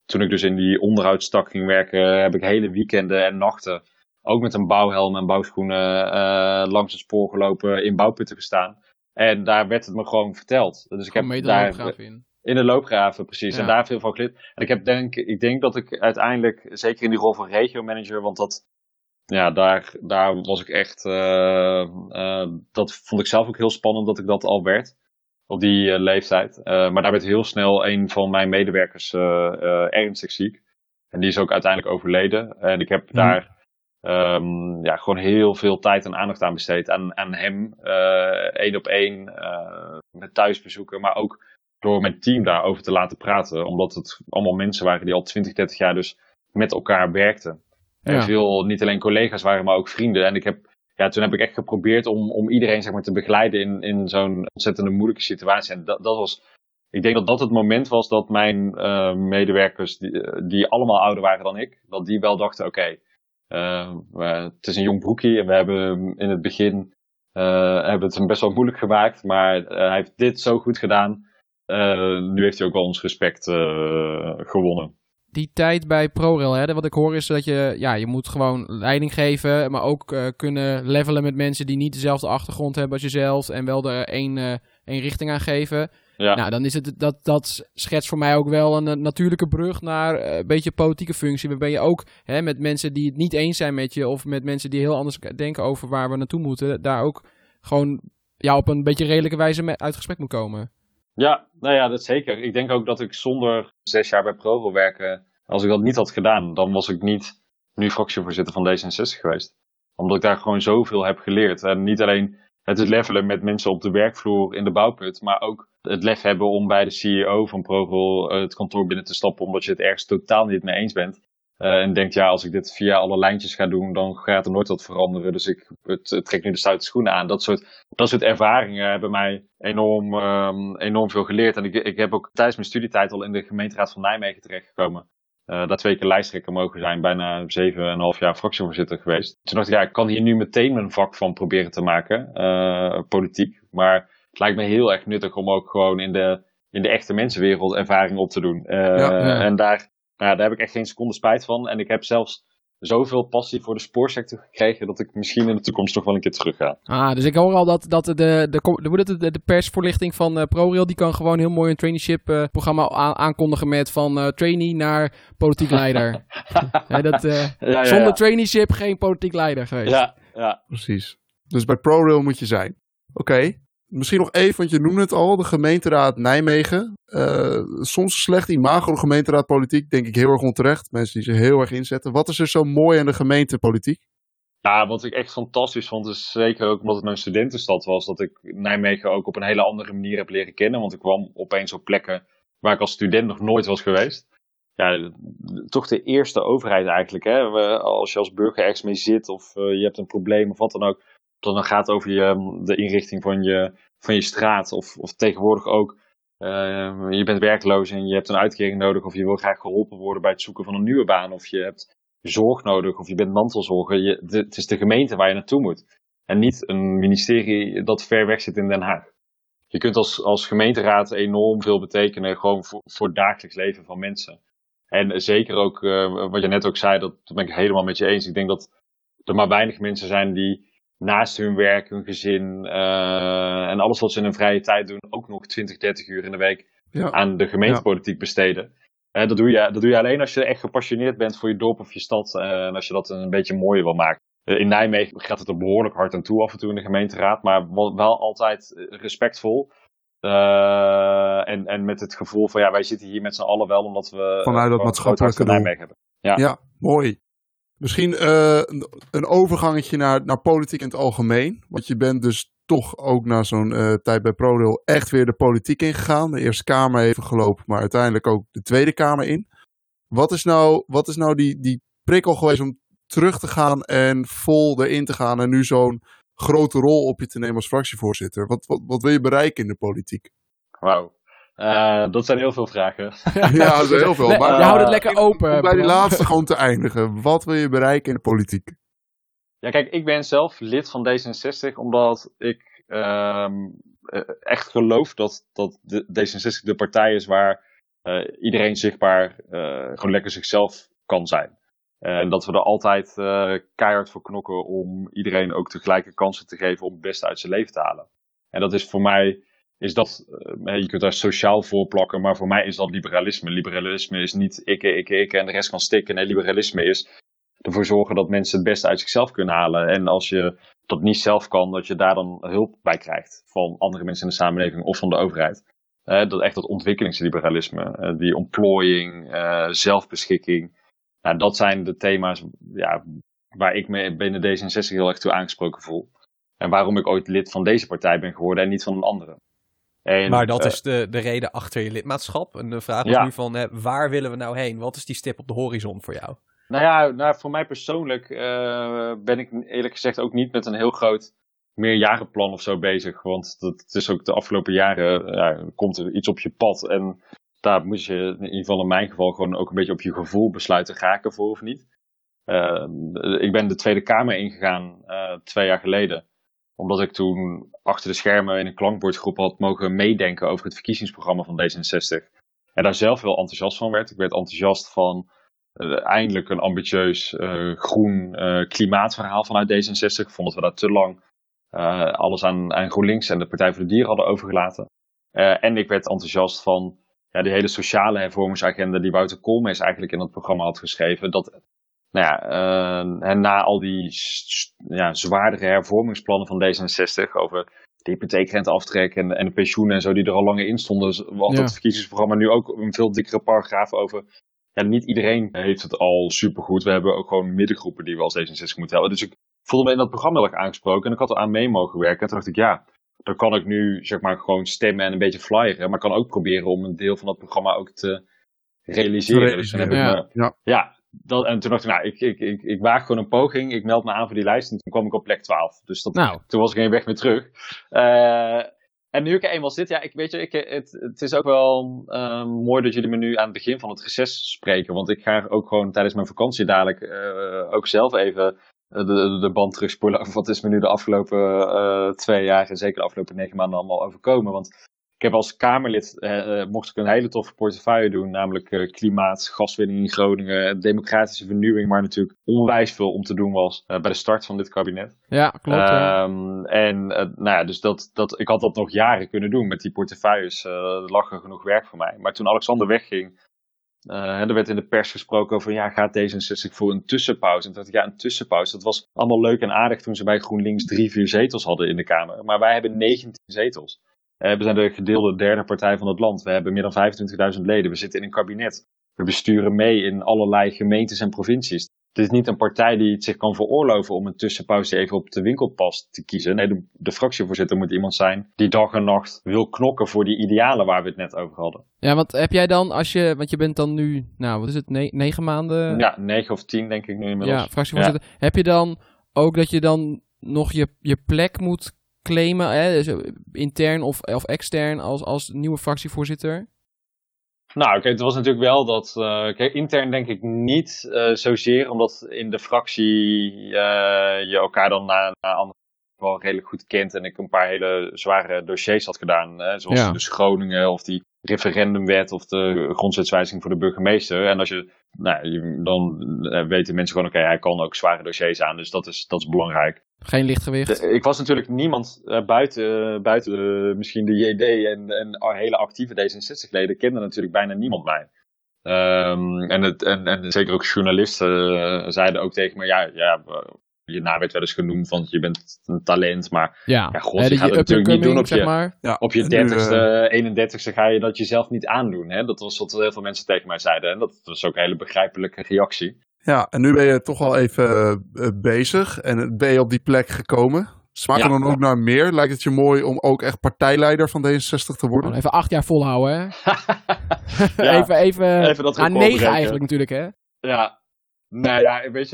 S5: toen ik dus in die onderhoudstak ging werken, heb ik hele weekenden en nachten ook met een bouwhelm en bouwschoenen uh, langs het spoor gelopen, in bouwputten gestaan. En daar werd het me gewoon verteld. Dus ik heb
S2: mee de
S5: daar
S2: loopgraven in.
S5: In de loopgraven, precies.
S2: Ja.
S5: En daar veel van geleerd. En ik, heb denk, ik denk dat ik uiteindelijk, zeker in die rol van regiomanager, want dat, ja, daar, daar was ik echt, uh, uh, dat vond ik zelf ook heel spannend dat ik dat al werd. Op die uh, leeftijd. Uh, maar daar werd heel snel een van mijn medewerkers uh, uh, ernstig ziek. En die is ook uiteindelijk overleden. En ik heb mm. daar um, ja, gewoon heel veel tijd en aandacht aan besteed. Aan, aan hem, uh, één op één, uh, met thuisbezoeken, maar ook door mijn team daarover te laten praten. Omdat het allemaal mensen waren die al twintig, dertig jaar dus met elkaar werkten. Ja. En veel, niet alleen collega's waren, maar ook vrienden. En ik heb, ja, toen heb ik echt geprobeerd om, om iedereen, zeg maar, te begeleiden in, in zo'n ontzettende moeilijke situatie. En dat, dat was, ik denk dat dat het moment was dat mijn uh, medewerkers, die, die allemaal ouder waren dan ik, dat die wel dachten, oké, okay, uh, uh, het is een jong broekie en we hebben in het begin uh, hebben het hem best wel moeilijk gemaakt. Maar uh, hij heeft dit zo goed gedaan. Uh, nu heeft hij ook wel ons respect uh, gewonnen.
S2: Die tijd bij ProRail, hè, wat ik hoor is dat je, ja, je moet gewoon leiding geven, maar ook uh, kunnen levelen met mensen die niet dezelfde achtergrond hebben als jezelf en wel er één, uh, één richting aan geven. Ja. Nou, dan is het, dat, dat schetst voor mij ook wel een, een natuurlijke brug naar uh, een beetje politieke functie. Waarbij je ook hè, met mensen die het niet eens zijn met je of met mensen die heel anders denken over waar we naartoe moeten, daar ook gewoon ja, op een beetje redelijke wijze uit gesprek moet komen.
S5: Ja, nou ja, dat zeker. Ik denk ook dat ik zonder zes jaar bij ProRail werken, als ik dat niet had gedaan, dan was ik niet nu fractievoorzitter van D zesenzestig geweest. Omdat ik daar gewoon zoveel heb geleerd. En niet alleen het levelen met mensen op de werkvloer in de bouwput, maar ook het lef hebben om bij de C E O van ProRail het kantoor binnen te stappen, omdat je het ergens totaal niet mee eens bent. Uh, en denkt, ja, als ik dit via alle lijntjes ga doen, dan gaat er nooit wat veranderen. Dus ik het, het trek nu de stoute schoenen aan. Dat soort, dat soort ervaringen hebben mij enorm, um, enorm veel geleerd. En ik, ik heb ook tijdens mijn studietijd al in de gemeenteraad van Nijmegen terechtgekomen. Uh, daar twee keer lijsttrekker mogen zijn, bijna zeven en een half jaar fractievoorzitter geweest. Toen dacht ik, ja, ik kan hier nu meteen mijn vak van proberen te maken, uh, politiek. Maar het lijkt me heel erg nuttig om ook gewoon in de, in de echte mensenwereld ervaring op te doen. Uh, ja, ja. En daar... Nou, daar heb ik echt geen seconde spijt van. En ik heb zelfs zoveel passie voor de spoorsector gekregen dat ik misschien in de toekomst nog wel een keer terug ga.
S2: Ah, dus ik hoor al dat, dat de, de, de, de, de persvoorlichting van uh, ProRail, die kan gewoon heel mooi een traineeship uh, programma aan, aankondigen met van uh, trainee naar politiek leider. ja, dat, uh, ja, ja, zonder ja. traineeship geen politiek leider geweest.
S5: Ja, ja.
S3: Precies. Dus bij ProRail moet je zijn. Oké. Okay. Misschien nog even, want je noemde het al, de gemeenteraad Nijmegen. Uh, soms slecht imago, de gemeenteraadpolitiek, denk ik heel erg onterecht. Mensen die zich heel erg inzetten. Wat is er zo mooi aan de gemeentepolitiek?
S5: Ja, wat ik echt fantastisch vond, is zeker ook omdat het mijn studentenstad was, dat ik Nijmegen ook op een hele andere manier heb leren kennen. Want ik kwam opeens op plekken waar ik als student nog nooit was geweest. Ja, toch de eerste overheid eigenlijk. Hè? Als je als burger ergens mee zit of uh, je hebt een probleem of wat dan ook. Dan gaat het over je, de inrichting van je, van je straat. Of, of tegenwoordig ook, uh, je bent werkloos en je hebt een uitkering nodig. Of je wil graag geholpen worden bij het zoeken van een nieuwe baan. Of je hebt zorg nodig of je bent mantelzorger. Je, de, het is de gemeente waar je naartoe moet. En niet een ministerie dat ver weg zit in Den Haag. Je kunt als, als gemeenteraad enorm veel betekenen. Gewoon voor, voor het dagelijks leven van mensen. En zeker ook, uh, wat je net ook zei, dat, dat ben ik helemaal met je eens. Ik denk dat er maar weinig mensen zijn die naast hun werk, hun gezin uh, en alles wat ze in hun vrije tijd doen, ook nog twintig, dertig uur in de week ja. aan de gemeentepolitiek ja. besteden. Uh, dat, doe je, dat doe je alleen als je echt gepassioneerd bent voor je dorp of je stad uh, en als je dat een beetje mooier wil maken. Uh, in Nijmegen gaat het er behoorlijk hard aan toe af en toe in de gemeenteraad, maar wel altijd respectvol. Uh, en, en met het gevoel van ja, wij zitten hier met z'n allen wel omdat we
S3: vanuit dat maatschappelijke
S5: Nijmegen hebben.
S3: Ja, ja mooi. Misschien uh, een overgangetje naar, naar politiek in het algemeen. Want je bent dus toch ook na zo'n uh, tijd bij ProRail echt weer de politiek ingegaan. De Eerste Kamer even gelopen, maar uiteindelijk ook de Tweede Kamer in. Wat is nou, wat is nou die, die prikkel geweest om terug te gaan en vol erin te gaan en nu zo'n grote rol op je te nemen als fractievoorzitter? Wat, wat, wat wil je bereiken in de politiek?
S5: Wauw. Uh, dat zijn heel veel vragen.
S3: Ja, dat is heel veel. Maar,
S2: je houdt het lekker open.
S3: Om bij die laatste gewoon te eindigen. Wat wil je bereiken in de politiek?
S5: Ja, kijk, ik ben zelf lid van D zesenzestig omdat ik uh, echt geloof dat, dat de D zesenzestig de partij is waar uh, iedereen zichtbaar uh, gewoon lekker zichzelf kan zijn. Uh, en dat we er altijd uh, keihard voor knokken om iedereen ook de gelijke kansen te geven om het beste uit zijn leven te halen. En dat is voor mij, is dat, uh, je kunt daar sociaal voor plakken, maar voor mij is dat liberalisme. Liberalisme is niet ikke, ikke, ikke en de rest kan stikken. Nee, liberalisme is ervoor zorgen dat mensen het beste uit zichzelf kunnen halen. En als je dat niet zelf kan, dat je daar dan hulp bij krijgt van andere mensen in de samenleving of van de overheid. Uh, dat echt dat ontwikkelingsliberalisme, uh, die ontplooiing, uh, zelfbeschikking. Nou, dat zijn de thema's ja, waar ik me binnen D zesenzestig heel erg toe aangesproken voel. En waarom ik ooit lid van deze partij ben geworden en niet van een andere. En,
S1: maar dat
S5: uh, is
S1: de, de reden achter je lidmaatschap. En de vraag was
S5: ja.
S1: nu van, hè, waar willen we nou heen? Wat is die stip op de horizon voor jou?
S5: Nou ja, nou, voor mij persoonlijk uh, ben ik eerlijk gezegd ook niet met een heel groot meerjarenplan of zo bezig. Want dat, het is ook de afgelopen jaren, ja, komt er iets op je pad. En daar moet je in ieder geval in mijn geval gewoon ook een beetje op je gevoel besluiten, ga ik ervoor of niet. Uh, ik ben de Tweede Kamer ingegaan uh, twee jaar geleden. Omdat ik toen achter de schermen in een klankbordgroep had mogen meedenken over het verkiezingsprogramma van D zesenzestig. En daar zelf wel enthousiast van werd. Ik werd enthousiast van uh, eindelijk een ambitieus uh, groen uh, klimaatverhaal vanuit D zesenzestig. Ik vond dat we daar te lang uh, alles aan, aan GroenLinks en de Partij voor de Dieren hadden overgelaten. Uh, en ik werd enthousiast van ja, die hele sociale hervormingsagenda die Wouter Koolmees eigenlijk in het programma had geschreven. Dat nou ja, uh, en na al die ja, zwaardere hervormingsplannen van D zesenzestig over de hypotheekrenteaftrek en, en de pensioenen en zo die er al langer in stonden, had
S2: Ja.
S5: het verkiezingsprogramma nu ook een veel dikkere paragraaf over. Ja, niet iedereen heeft het al supergoed. We hebben ook gewoon middengroepen die we als D zesenzestig moeten helpen. Dus ik voelde me in dat programma heel erg aangesproken en ik had er aan mee mogen werken. En toen dacht ik, ja, dan kan ik nu zeg maar gewoon stemmen en een beetje flyeren, maar ik kan ook proberen om een deel van dat programma ook te realiseren.
S3: Te
S5: Dus dan heb
S2: realiseren,
S5: ik me,
S3: ja.
S5: ja, dat, en toen dacht ik, nou, ik, ik, ik, ik waag gewoon een poging. Ik meld me aan voor die lijst en toen kwam ik op plek twaalf. Dus dat,
S2: Nou.
S5: toen was ik geen weg meer terug. Uh, en nu ik er eenmaal zit, ja, ik weet je, ik, het, het is ook wel uh, mooi dat jullie me nu aan het begin van het reces spreken. Want ik ga ook gewoon tijdens mijn vakantie dadelijk uh, ook zelf even de, de, de band terugspoelen over wat is me nu de afgelopen uh, twee jaar en zeker de afgelopen negen maanden allemaal overkomen. Want ik heb als Kamerlid, uh, mocht ik een hele toffe portefeuille doen, namelijk uh, klimaat, gaswinning in Groningen, democratische vernieuwing, waar natuurlijk onwijs veel om te doen was uh, bij de start van dit kabinet.
S2: Ja, klopt. ja.
S5: Um, en uh, nou ja, dus dat, dat, ik had dat nog jaren kunnen doen met die portefeuilles. Uh, er lag er genoeg werk voor mij. Maar toen Alexander wegging, uh, er werd in de pers gesproken over, ja, gaat D zesenzestig voor een tussenpauze? En toen dacht ik, ja, een tussenpauze, dat was allemaal leuk en aardig toen ze bij GroenLinks drie, vier zetels hadden in de Kamer. Maar wij hebben negentien zetels. Uh, we zijn de gedeelde derde partij van het land. We hebben meer dan vijfentwintigduizend leden. We zitten in een kabinet. We besturen mee in allerlei gemeentes en provincies. Het is niet een partij die het zich kan veroorloven om een tussenpauze even op de winkelpas te kiezen. Nee, de, de fractievoorzitter moet iemand zijn die dag en nacht wil knokken voor die idealen waar we het net over hadden.
S2: Ja, want heb jij dan, als je, want je bent dan nu, nou, wat is het, ne- negen maanden?
S5: Ja, negen of tien denk ik nu inmiddels.
S2: Ja, fractievoorzitter. Ja. Heb je dan ook dat je dan nog je, je plek moet claimen, hè, dus intern of, of extern als, als nieuwe fractievoorzitter?
S5: Nou, kijk, het was natuurlijk wel dat, uh, kijk, intern denk ik niet uh, zozeer, omdat in de fractie uh, je elkaar dan na, na andere wel redelijk goed kent en ik een paar hele zware dossiers had gedaan, hè, zoals
S2: Ja.
S5: dus Groningen of die referendumwet of de grondwetswijziging voor de burgemeester. En als je, nou, je, dan uh, weten mensen gewoon, oké, okay, hij kan ook zware dossiers aan, dus dat is, dat is belangrijk.
S2: Geen lichtgewicht?
S5: De, ik was natuurlijk niemand uh, buiten, uh, buiten uh, misschien de J D en, en hele actieve D zesenzestig-leden kende natuurlijk bijna niemand mij. Um, en, het, en, en zeker ook journalisten uh, zeiden ook tegen me, ja, ja, je naam werd wel eens genoemd, want je bent een talent, maar
S2: Ja,
S5: ja, god,
S2: Hè,
S5: je gaat het natuurlijk niet doen op
S2: zeg
S5: je,
S2: maar.
S3: Ja,
S5: op je
S3: en nu,
S5: dertigste,
S3: uh,
S5: eenendertigste ga je dat jezelf niet aandoen. Hè? Dat was wat heel veel mensen tegen mij zeiden en dat was ook een hele begrijpelijke reactie.
S3: Ja, en nu ben je toch al even uh, bezig en ben je op die plek gekomen. Smaakt er
S5: Ja.
S3: dan ook naar meer? Lijkt het je mooi om ook echt partijleider van D zesenzestig te worden?
S2: Gewoon even acht jaar volhouden, hè?
S5: Ja,
S2: even, even,
S5: even dat
S2: aan
S5: record
S2: negen
S5: breken.
S2: eigenlijk natuurlijk, hè?
S5: Ja, nou ja, weet je,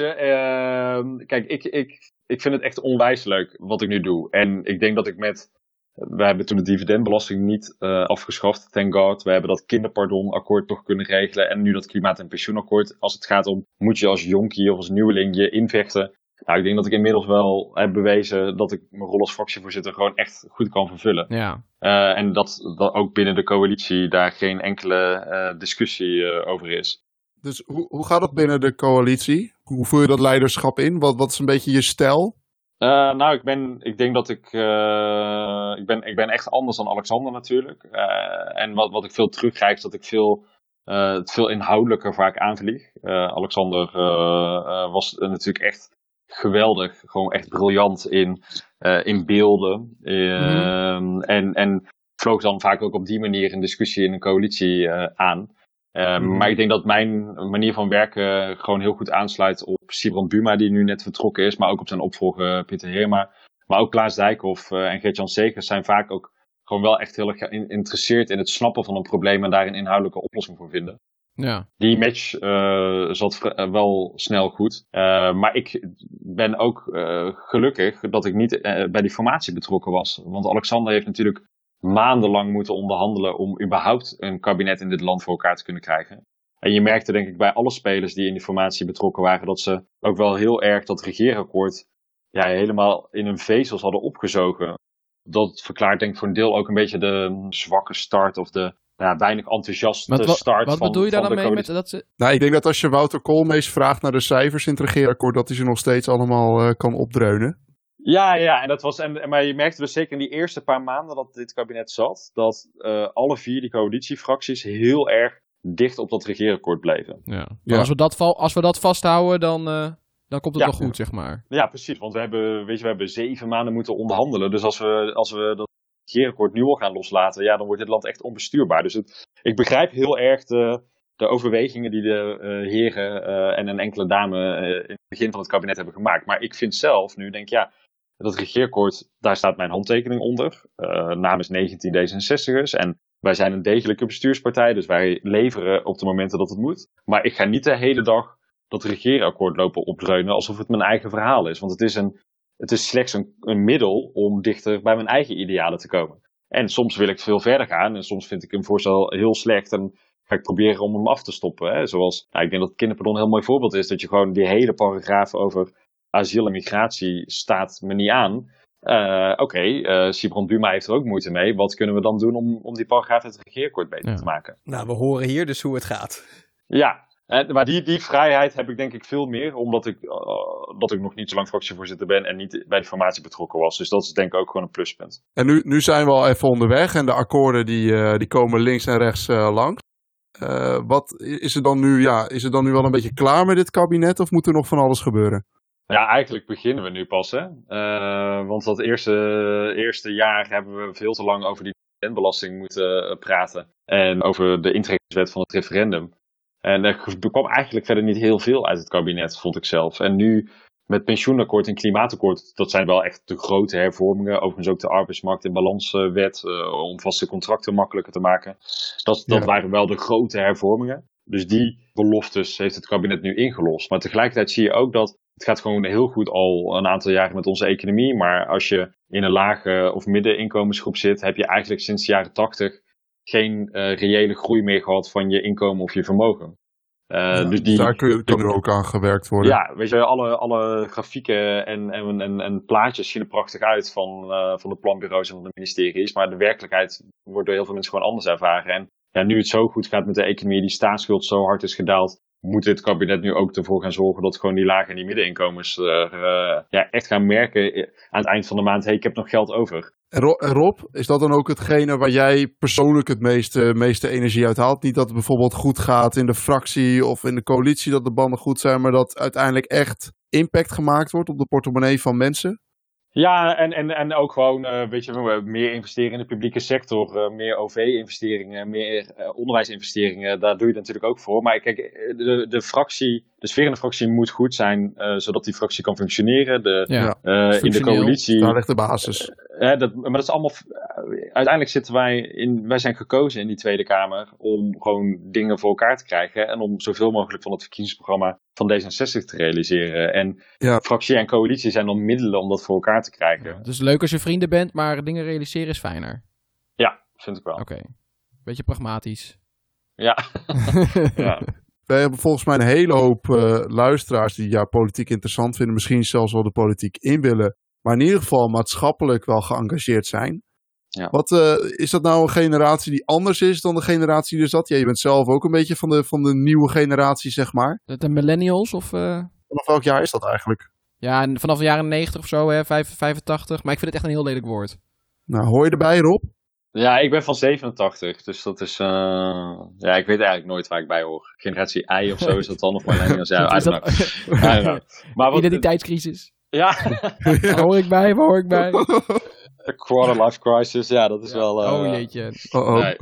S5: uh, kijk, ik, ik, ik vind het echt onwijs leuk wat ik nu doe. En ik denk dat ik met, we hebben toen de dividendbelasting niet uh, afgeschaft, thank god. We hebben dat kinderpardonakkoord toch kunnen regelen en nu dat klimaat- en pensioenakkoord. Als het gaat om, moet je als jonkie of als nieuweling je invechten Nou, ik denk dat ik inmiddels wel heb bewezen dat ik mijn rol als fractievoorzitter gewoon echt goed kan vervullen.
S2: Ja.
S5: Uh, en dat, dat ook binnen de coalitie daar geen enkele uh, discussie uh, over is.
S3: Dus hoe, hoe gaat het binnen de coalitie? Hoe voel je dat leiderschap in? Wat, wat is een beetje je stijl?
S5: Uh, nou, ik, ben, ik denk dat ik, uh, ik, ben, ik ben echt anders dan Alexander natuurlijk. Uh, en wat, wat ik veel terugkrijg is dat ik veel, uh, het veel inhoudelijker vaak aanvlieg. Uh, Alexander uh, uh, was natuurlijk echt geweldig, gewoon echt briljant in, uh, in beelden. Uh, mm-hmm. en, en vloog dan vaak ook op die manier een discussie in een coalitie uh, aan. Uh, mm-hmm. Maar ik denk dat mijn manier van werken gewoon heel goed aansluit op Sibrand Buma, die nu net vertrokken is, maar ook op zijn opvolger Pieter Heerma. Maar ook Klaas Dijkhoff uh, en Gert-Jan Segers zijn vaak ook gewoon wel echt heel erg geïnteresseerd in het snappen van een probleem en daar een inhoudelijke oplossing voor vinden.
S2: Ja.
S5: Die match uh, zat vr- uh, wel snel goed. Uh, maar ik ben ook uh, gelukkig dat ik niet uh, bij die formatie betrokken was. Want Alexander heeft natuurlijk maandenlang moeten onderhandelen om überhaupt een kabinet in dit land voor elkaar te kunnen krijgen. En je merkte denk ik bij alle spelers die in die formatie betrokken waren, dat ze ook wel heel erg dat regeerakkoord ja, helemaal in hun vezels hadden opgezogen. Dat verklaart denk ik voor een deel ook een beetje de zwakke start of de ja, weinig enthousiaste
S2: wat, wat,
S5: start
S2: wat
S5: van,
S2: bedoel je daar
S5: van
S2: dan
S5: de
S2: mee?
S5: coalitie.
S2: Met dat ze...
S3: Nou, ik denk dat als je Wouter Koolmees vraagt naar de cijfers in het regeerakkoord, dat hij ze nog steeds allemaal uh, kan opdreunen.
S5: Ja, ja, en dat was, en, maar je merkte dus zeker in die eerste paar maanden dat dit kabinet zat, dat uh, alle vier die coalitiefracties heel erg dicht op dat regeerakkoord bleven.
S2: Ja. Ja. Als, we dat val, als we dat vasthouden, dan, uh, dan komt het
S5: ja.
S2: wel goed, zeg maar.
S5: Ja, precies, want we hebben, weet je, we hebben zeven maanden moeten onderhandelen, dus als we, als we dat regeerakkoord nu al gaan loslaten, ja, dan wordt dit land echt onbestuurbaar. Dus het, ik begrijp heel erg de, de overwegingen die de uh, heren uh, en een enkele dame uh, in het begin van het kabinet hebben gemaakt. Maar ik vind zelf nu, denk ja, dat regeerakkoord, daar staat mijn handtekening onder, uh, namens negentien D zesenzestigers. En wij zijn een degelijke bestuurspartij, dus wij leveren op de momenten dat het moet. Maar ik ga niet de hele dag dat regeerakkoord lopen opdreunen alsof het mijn eigen verhaal is. Want het is, een, het is slechts een, een middel om dichter bij mijn eigen idealen te komen. En soms wil ik veel verder gaan en soms vind ik een voorstel heel slecht en ga ik proberen om hem af te stoppen. Hè? Zoals, nou, ik denk dat het kinderpardon een heel mooi voorbeeld is, dat je gewoon die hele paragraaf over asiel en migratie staat me niet aan. Uh, Oké, okay, uh, Sibrand Buma heeft er ook moeite mee. Wat kunnen we dan doen om, om die paragraaf uit het regeerakkoord beter ja. te maken?
S1: Nou, we horen hier dus hoe het gaat.
S5: Ja, en, maar die, die vrijheid heb ik denk ik veel meer, omdat ik, uh, dat ik nog niet zo lang fractievoorzitter ben en niet bij de formatie betrokken was. Dus dat is denk ik ook gewoon een pluspunt.
S3: En nu, nu zijn we al even onderweg en de akkoorden die, uh, die komen links en rechts uh, langs. Uh, wat is er dan nu, ja, is het dan nu wel een beetje klaar met dit kabinet of moet er nog van alles gebeuren?
S5: Ja, eigenlijk beginnen we nu pas, hè. Uh, want dat eerste, eerste jaar hebben we veel te lang over die dividendbelasting moeten uh, praten. En over de intrekkingswet van het referendum. En er kwam eigenlijk verder niet heel veel uit het kabinet, vond ik zelf. En nu met pensioenakkoord en klimaatakkoord, dat zijn wel echt de grote hervormingen. Overigens ook de arbeidsmarkt- en balanswet, uh, om vaste contracten makkelijker te maken. Dat, dat ja. waren wel de grote hervormingen. Dus die beloftes heeft het kabinet nu ingelost. Maar tegelijkertijd zie je ook dat het gaat gewoon heel goed al een aantal jaren met onze economie. Maar als je in een lage of middeninkomensgroep zit, heb je eigenlijk sinds de jaren tachtig geen uh, reële groei meer gehad van je inkomen of je vermogen. Uh,
S3: ja,
S5: dus die,
S3: daar kun, kan er ook aan gewerkt worden.
S5: Ja, weet je, alle, alle grafieken en, en, en, en plaatjes zien er prachtig uit van, uh, van de planbureaus en van de ministeries. Maar de werkelijkheid wordt door heel veel mensen gewoon anders ervaren. En ja, nu het zo goed gaat met de economie, die staatsschuld zo hard is gedaald, moet dit kabinet nu ook ervoor gaan zorgen dat gewoon die lage en die middeninkomens uh, uh, ja, echt gaan merken aan het eind van de maand, hé, hey, ik heb nog geld over.
S3: En Rob, is dat dan ook hetgene waar jij persoonlijk het meeste, meeste energie uit haalt? Niet dat het bijvoorbeeld goed gaat in de fractie of in de coalitie, dat de banden goed zijn, maar dat uiteindelijk echt impact gemaakt wordt op de portemonnee van mensen?
S5: Ja, en, en, en ook gewoon, uh, weet je, meer investeren in de publieke sector, uh, meer O V-investeringen, meer uh, onderwijsinvesteringen, daar doe je het natuurlijk ook voor. Maar kijk, de, de fractie, de sfeer in de fractie moet goed zijn, uh, zodat die fractie kan functioneren. De,
S2: ja,
S5: uh, in de coalitie.
S3: Daar ligt de basis.
S5: Uh, uh, dat, maar dat is allemaal, uh, uiteindelijk zitten wij, in, wij zijn gekozen in die Tweede Kamer om gewoon dingen voor elkaar te krijgen en om zoveel mogelijk van het verkiezingsprogramma van D zesenzestig te realiseren. En
S3: ja.
S5: fractie en coalitie zijn dan middelen om dat voor elkaar te krijgen.
S2: Ja, dus leuk als je vrienden bent, maar dingen realiseren is fijner.
S5: Ja, vind ik wel.
S2: Oké. Okay. Beetje pragmatisch.
S5: Ja. ja.
S3: We hebben volgens mij een hele hoop uh, luisteraars die ja, politiek interessant vinden. Misschien zelfs wel de politiek in willen. Maar in ieder geval maatschappelijk wel geëngageerd zijn.
S5: Ja.
S3: Wat uh, is dat nou een generatie die anders is dan de generatie die er zat? Ja, je bent zelf ook een beetje van de, van de nieuwe generatie, zeg maar.
S2: De millennials of... Uh...
S3: Vanaf welk jaar is dat eigenlijk?
S2: Ja, vanaf de jaren negentig of zo, hè, vijfentachtig. Maar ik vind het echt een heel lelijk woord.
S3: Nou, hoor je erbij, Rob?
S5: Ja, ik ben van zevenentachtig, dus dat is... Uh... Ja, ik weet eigenlijk nooit waar ik bij hoor. Generatie I of zo is dat dan, of millennials. Ja, I don't know. I don't know. Maar wat...
S2: Identiteitscrisis.
S5: Ja.
S2: Waar hoor ik bij, waar hoor ik bij?
S5: De quarter life crisis, ja, dat is ja. wel... Uh...
S2: Oh jeetje.
S3: Uh-oh.
S5: Nee.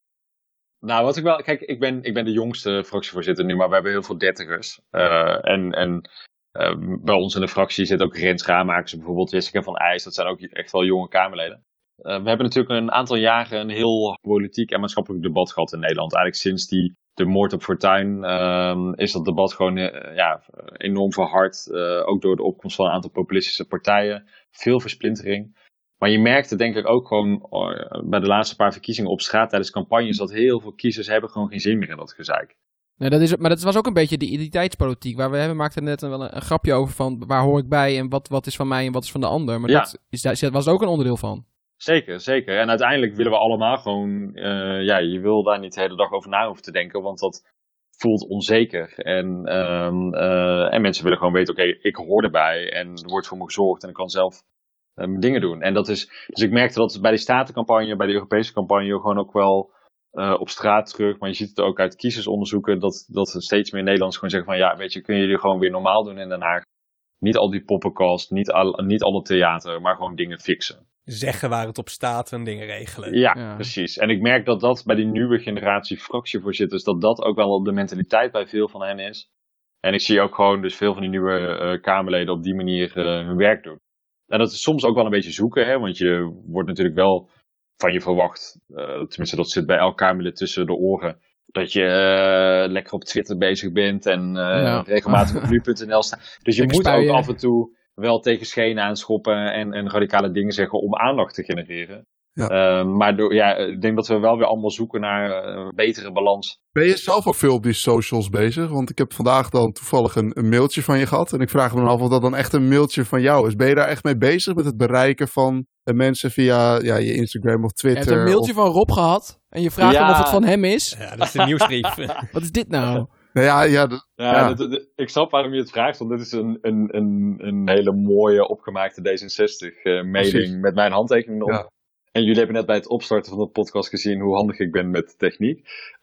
S5: Nou, wat ik wel... Kijk, ik ben, ik ben de jongste fractievoorzitter nu, maar we hebben heel veel dertigers. Uh, en... en Uh, bij ons in de fractie zit ook Rens Graamakers, bijvoorbeeld Jessica van IJs. Dat zijn ook echt wel jonge Kamerleden. Uh, we hebben natuurlijk een aantal jaren een heel politiek en maatschappelijk debat gehad in Nederland. Eigenlijk sinds die, de moord op Fortuyn uh, is dat debat gewoon uh, ja, enorm verhard. Uh, ook door de opkomst van een aantal populistische partijen. Veel versplintering. Maar je merkte denk ik ook gewoon uh, bij de laatste paar verkiezingen op straat tijdens campagnes dat heel veel kiezers hebben gewoon geen zin meer in dat gezeik.
S2: Nee, dat is, maar dat was ook een beetje de identiteitspolitiek. Waar we hebben, maakten net een, wel een, een grapje over van waar hoor ik bij en wat, wat is van mij en wat is van de ander. Maar ja. dat is, daar was ook een onderdeel van.
S5: Zeker, zeker. En uiteindelijk willen we allemaal gewoon, uh, ja, je wil daar niet de hele dag over na hoeven te denken, want dat voelt onzeker. En, um, uh, en mensen willen gewoon weten, oké, okay, ik hoor erbij en er wordt voor me gezorgd en ik kan zelf um, dingen doen. En dat is, dus ik merkte dat bij de statencampagne, bij de Europese campagne gewoon ook wel Uh, op straat terug, maar je ziet het ook uit kiezersonderzoeken, dat, dat steeds meer Nederlanders gewoon zeggen van ja, weet je, kunnen jullie gewoon weer normaal doen in Den Haag. Niet al die poppenkast, niet al, niet al het theater, maar gewoon dingen fixen.
S1: Zeggen waar het op staat en dingen regelen.
S5: Ja,
S2: ja,
S5: precies. En ik merk dat dat bij die nieuwe generatie fractievoorzitters, dat dat ook wel de mentaliteit bij veel van hen is. En ik zie ook gewoon dus veel van die nieuwe uh, Kamerleden op die manier uh, hun werk doen. En dat is soms ook wel een beetje zoeken, hè, want je wordt natuurlijk wel van je verwacht, uh, tenminste dat zit bij elk Kamerlid tussen de oren, dat je uh, lekker op Twitter bezig bent en uh, ja. regelmatig op nu punt n l staat. Dus je lekker moet spuien. Ook af en toe wel tegen schenen aanschoppen en, en radicale dingen zeggen om aandacht te genereren. Ja. Uh, maar do- ja, ik denk dat we wel weer allemaal zoeken naar een betere balans.
S3: Ben je zelf ook veel op die socials bezig? Want ik heb vandaag dan toevallig een, een mailtje van je gehad. En ik vraag me dan af of dat dan echt een mailtje van jou is. Ben je daar echt mee bezig met het bereiken van mensen via ja, je Instagram of Twitter?
S2: Je hebt een mailtje of... van Rob gehad en je vraagt ja. hem of het van hem is.
S1: Ja, dat is de nieuwsbrief.
S2: Wat is dit nou?
S3: Nou ja, ja, d-
S5: ja,
S3: ja.
S5: d- d- ik snap waarom je het vraagt, want dit is een, een, een, een hele mooie opgemaakte D zesenzestig uh, mailing Precies. Met mijn handtekening erop. Ja. En jullie hebben net bij het opstarten van de podcast gezien hoe handig ik ben met techniek.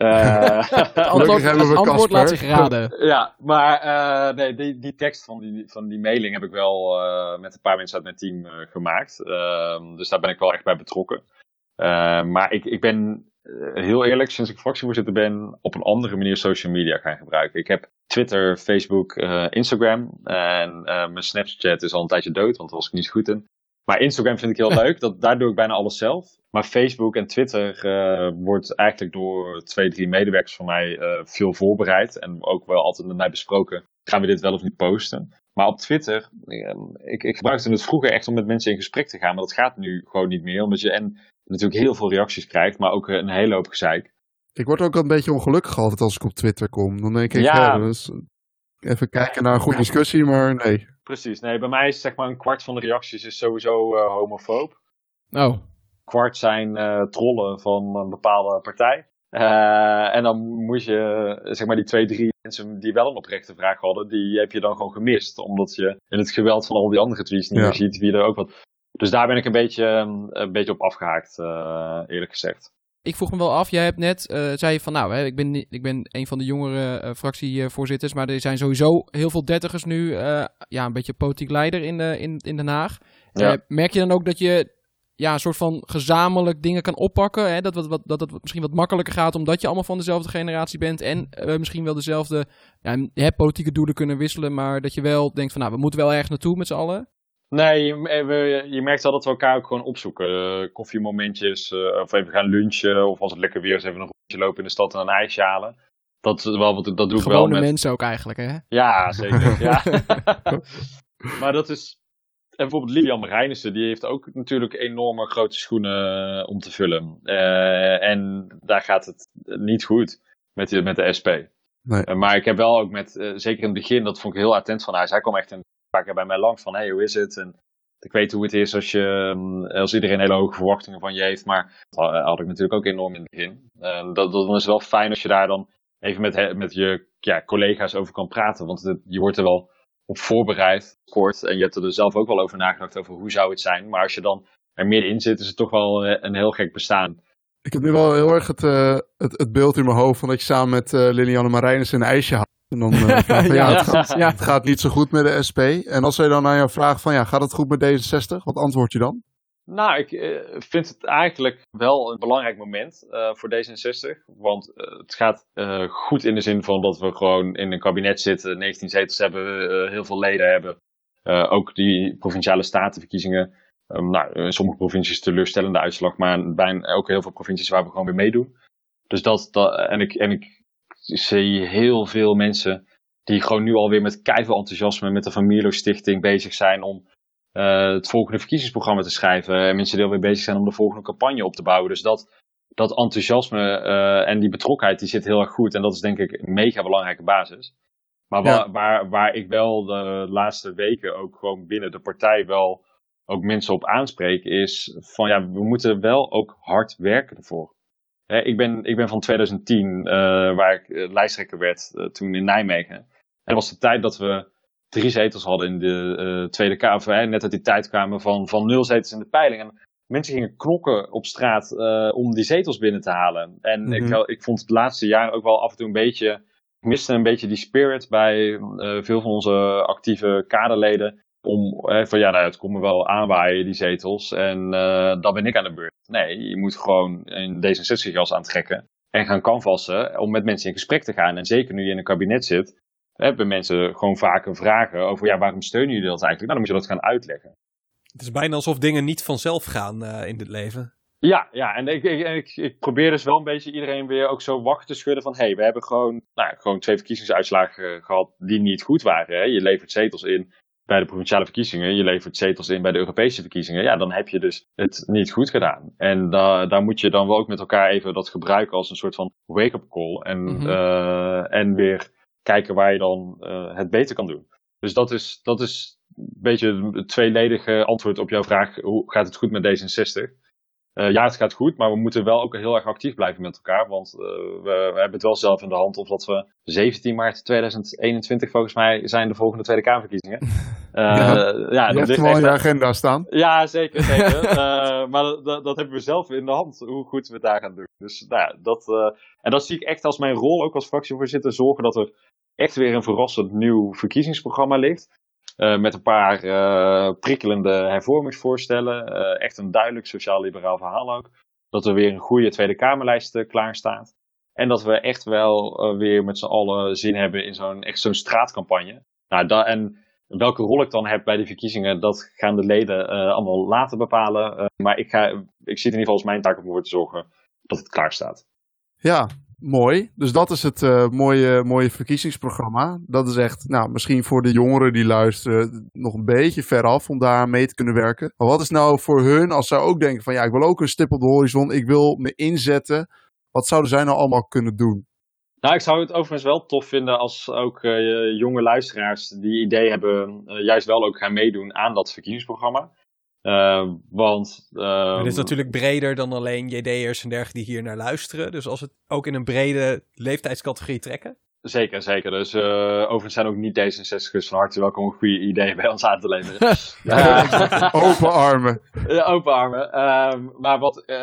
S5: Uh,
S2: het antwoord, het antwoord laat zich raden.
S5: Ja, maar uh, nee, die, die tekst van die, van die mailing heb ik wel uh, met een paar mensen uit mijn team uh, gemaakt. Uh, dus daar ben ik wel echt bij betrokken. Uh, maar ik, ik ben uh, heel eerlijk, sinds ik fractievoorzitter ben, op een andere manier social media gaan gebruiken. Ik heb Twitter, Facebook, uh, Instagram. En uh, mijn Snapchat is al een tijdje dood, want daar was ik niet zo goed in. Maar Instagram vind ik heel leuk, dat, daar doe ik bijna alles zelf. Maar Facebook en Twitter uh, wordt eigenlijk door twee, drie medewerkers van mij uh, veel voorbereid. En ook wel altijd met mij besproken, gaan we dit wel of niet posten? Maar op Twitter, uh, ik, ik gebruikte het vroeger echt om met mensen in gesprek te gaan. Maar dat gaat nu gewoon niet meer, omdat je en natuurlijk heel veel reacties krijgt, maar ook een hele hoop gezeik.
S3: Ik word ook een beetje ongelukkig altijd als ik op Twitter kom. Dan denk ik, ja, ja dus even kijken naar een goede discussie, maar nee.
S5: Precies, nee, bij mij is zeg maar een kwart van de reacties is sowieso uh, homofoob.
S2: Oh.
S5: Kwart zijn uh, trollen van een bepaalde partij. Uh, en dan moet je, zeg maar die twee, drie mensen die wel een oprechte vraag hadden, die heb je dan gewoon gemist. Omdat je in het geweld van al die andere tweets niet ja. meer ziet wie er ook wat. Dus daar ben ik een beetje, een beetje op afgehaakt, uh, eerlijk gezegd.
S2: Ik vroeg me wel af, jij hebt net, uh, zei je van nou, hè, ik, ben, ik ben een van de jongere uh, fractievoorzitters, maar er zijn sowieso heel veel dertigers nu, uh, ja, een beetje politiek leider in, de, in, in Den Haag. Ja. Uh, merk je dan ook dat je ja, een soort van gezamenlijk dingen kan oppakken, hè? Dat, wat, dat het misschien wat makkelijker gaat omdat je allemaal van dezelfde generatie bent en uh, misschien wel dezelfde ja, hè, politieke doelen kunnen wisselen, maar dat je wel denkt van nou, we moeten wel ergens naartoe met z'n allen?
S5: Nee, je, je merkt wel dat we elkaar ook gewoon opzoeken. Uh, koffiemomentjes, uh, of even gaan lunchen, of als het lekker weer is, even een rondje lopen in de stad en een ijsje halen. Dat, wel, wat, dat doe ik
S2: Gewone
S5: wel met...
S2: mensen ook eigenlijk, hè?
S5: Ja, zeker. Ja. Maar dat is... En bijvoorbeeld Lilian Marijnissen, die heeft ook natuurlijk enorme grote schoenen uh, om te vullen. Uh, en daar gaat het niet goed met de, met de S P.
S3: Nee.
S5: Uh, maar ik heb wel ook met, uh, zeker in het begin, dat vond ik heel attent van hij. Hij kwam echt een paar keer bij mij langs van, hey, hoe is het? En ik weet hoe het is als, je, als iedereen hele hoge verwachtingen van je heeft. Maar dat had ik natuurlijk ook enorm in het begin. Uh, dat, dat is wel fijn als je daar dan even met, met je ja, collega's over kan praten. Want het, je wordt er wel op voorbereid, kort. En je hebt er dus zelf ook wel over nagedacht over hoe zou het zijn. Maar als je dan er middenin zit, is het toch wel een heel gek bestaan.
S3: Ik heb nu wel heel erg het, uh, het, het beeld in mijn hoofd van dat je samen met uh, Lilianne Marijnissen een ijsje haalt. En dan uh, van, ja, ja, het, gaat, ja, het gaat niet zo goed met de S P. En als zij dan aan jou vraagt van ja, gaat het goed met D zesenzestig? Wat antwoord je dan?
S5: Nou, ik uh, vind het eigenlijk wel een belangrijk moment uh, voor D zesenzestig. Want uh, het gaat uh, goed in de zin van dat we gewoon in een kabinet zitten, negentien zetels hebben, uh, heel veel leden hebben. Uh, ook die provinciale statenverkiezingen. Um, nou, in sommige provincies teleurstellende uitslag, maar bijna ook heel veel provincies waar we gewoon weer meedoen. Dus dat, dat en, ik, en ik zie heel veel mensen die gewoon nu alweer met keiveel enthousiasme met de Van Mierlo Stichting bezig zijn om uh, het volgende verkiezingsprogramma te schrijven. En mensen die alweer bezig zijn om de volgende campagne op te bouwen. Dus dat, dat enthousiasme uh, en die betrokkenheid, die zit heel erg goed. En dat is denk ik een mega belangrijke basis. Maar waar, ja. waar, waar ik wel de laatste weken ook gewoon binnen de partij wel ook mensen op aanspreken is van ja, we moeten wel ook hard werken ervoor. He, ik, ben, ik ben van twintig tien, uh, waar ik uh, lijsttrekker werd uh, toen in Nijmegen. En dat was de tijd dat we drie zetels hadden in de uh, Tweede Kamer. Hè, net uit die tijd kwamen van, van nul zetels in de peiling. En mensen gingen knokken op straat uh, om die zetels binnen te halen. En mm-hmm. ik, ik vond het laatste jaar ook wel af en toe een beetje, ik miste een beetje die spirit bij uh, veel van onze actieve kaderleden. Om, hè, van ja, nou, het komt me wel aanwaaien, die zetels. En uh, dan ben ik aan de beurt. Nee, je moet gewoon een D zesenzestig-jas aantrekken. En gaan canvassen om met mensen in gesprek te gaan. En zeker nu je in een kabinet zit, hebben mensen gewoon vaker vragen over, ja, waarom steunen jullie dat eigenlijk? Nou, dan moet je dat gaan uitleggen.
S1: Het is bijna alsof dingen niet vanzelf gaan uh, in dit leven.
S5: Ja, ja, en ik, ik, ik, ik probeer dus wel een beetje iedereen weer ook zo wakker te schudden van, hé, hey, we hebben gewoon, nou, gewoon twee verkiezingsuitslagen gehad die niet goed waren. Hè? Je levert zetels in bij de provinciale verkiezingen, je levert zetels in bij de Europese verkiezingen, ja, dan heb je dus het niet goed gedaan. En da- daar moet je dan wel ook met elkaar even dat gebruiken als een soort van wake-up call. En, mm-hmm. uh, en weer kijken waar je dan uh, het beter kan doen. Dus dat is, dat is een beetje het tweeledige antwoord op jouw vraag, hoe gaat het goed met D zesenzestig? Uh, ja, het gaat goed, maar we moeten wel ook heel erg actief blijven met elkaar. Want uh, we, we hebben het wel zelf in de hand of dat we zeventien maart tweeduizend eenentwintig volgens mij zijn de volgende Tweede Kamerverkiezingen. Uh,
S3: ja, ja, je hebt hem al in je agenda staan.
S5: Ja, zeker. zeker. uh, maar dat, dat, dat hebben we zelf in de hand, hoe goed we het daar gaan doen. Dus nou ja, dat, uh, en dat zie ik echt als mijn rol, ook als fractievoorzitter, zorgen dat er echt weer een verrassend nieuw verkiezingsprogramma ligt. Uh, met een paar uh, prikkelende hervormingsvoorstellen. Uh, echt een duidelijk sociaal-liberaal verhaal ook. Dat er weer een goede Tweede Kamerlijst uh, klaar staat. En dat we echt wel uh, weer met z'n allen zin hebben in zo'n, echt zo'n straatcampagne. Nou, da- en welke rol ik dan heb bij de verkiezingen, dat gaan de leden uh, allemaal later bepalen. Uh, maar ik, ga, ik zie het in ieder geval als mijn taak om ervoor te zorgen dat het klaar staat.
S3: Ja, mooi. Dus dat is het uh, mooie, mooie verkiezingsprogramma. Dat is echt, nou, misschien voor de jongeren die luisteren, nog een beetje ver af om daar mee te kunnen werken. Maar wat is nou voor hun, als zij ook denken van, ja, ik wil ook een stip op de horizon, ik wil me inzetten. Wat zouden zij nou allemaal kunnen doen?
S5: Nou, ik zou het overigens wel tof vinden als ook uh, jonge luisteraars die idee hebben, uh, juist wel ook gaan meedoen aan dat verkiezingsprogramma. Uh, want uh,
S1: het is natuurlijk breder dan alleen J D'ers en dergelijke die hier naar luisteren. Dus als we het ook in een brede leeftijdscategorie trekken.
S5: Zeker, zeker. Dus uh, overigens zijn ook niet D zesenzestigers van harte welkom om goede ideeën bij ons aan te leveren.
S3: uh, open armen.
S5: Ja, open armen. Uh, maar wat, uh,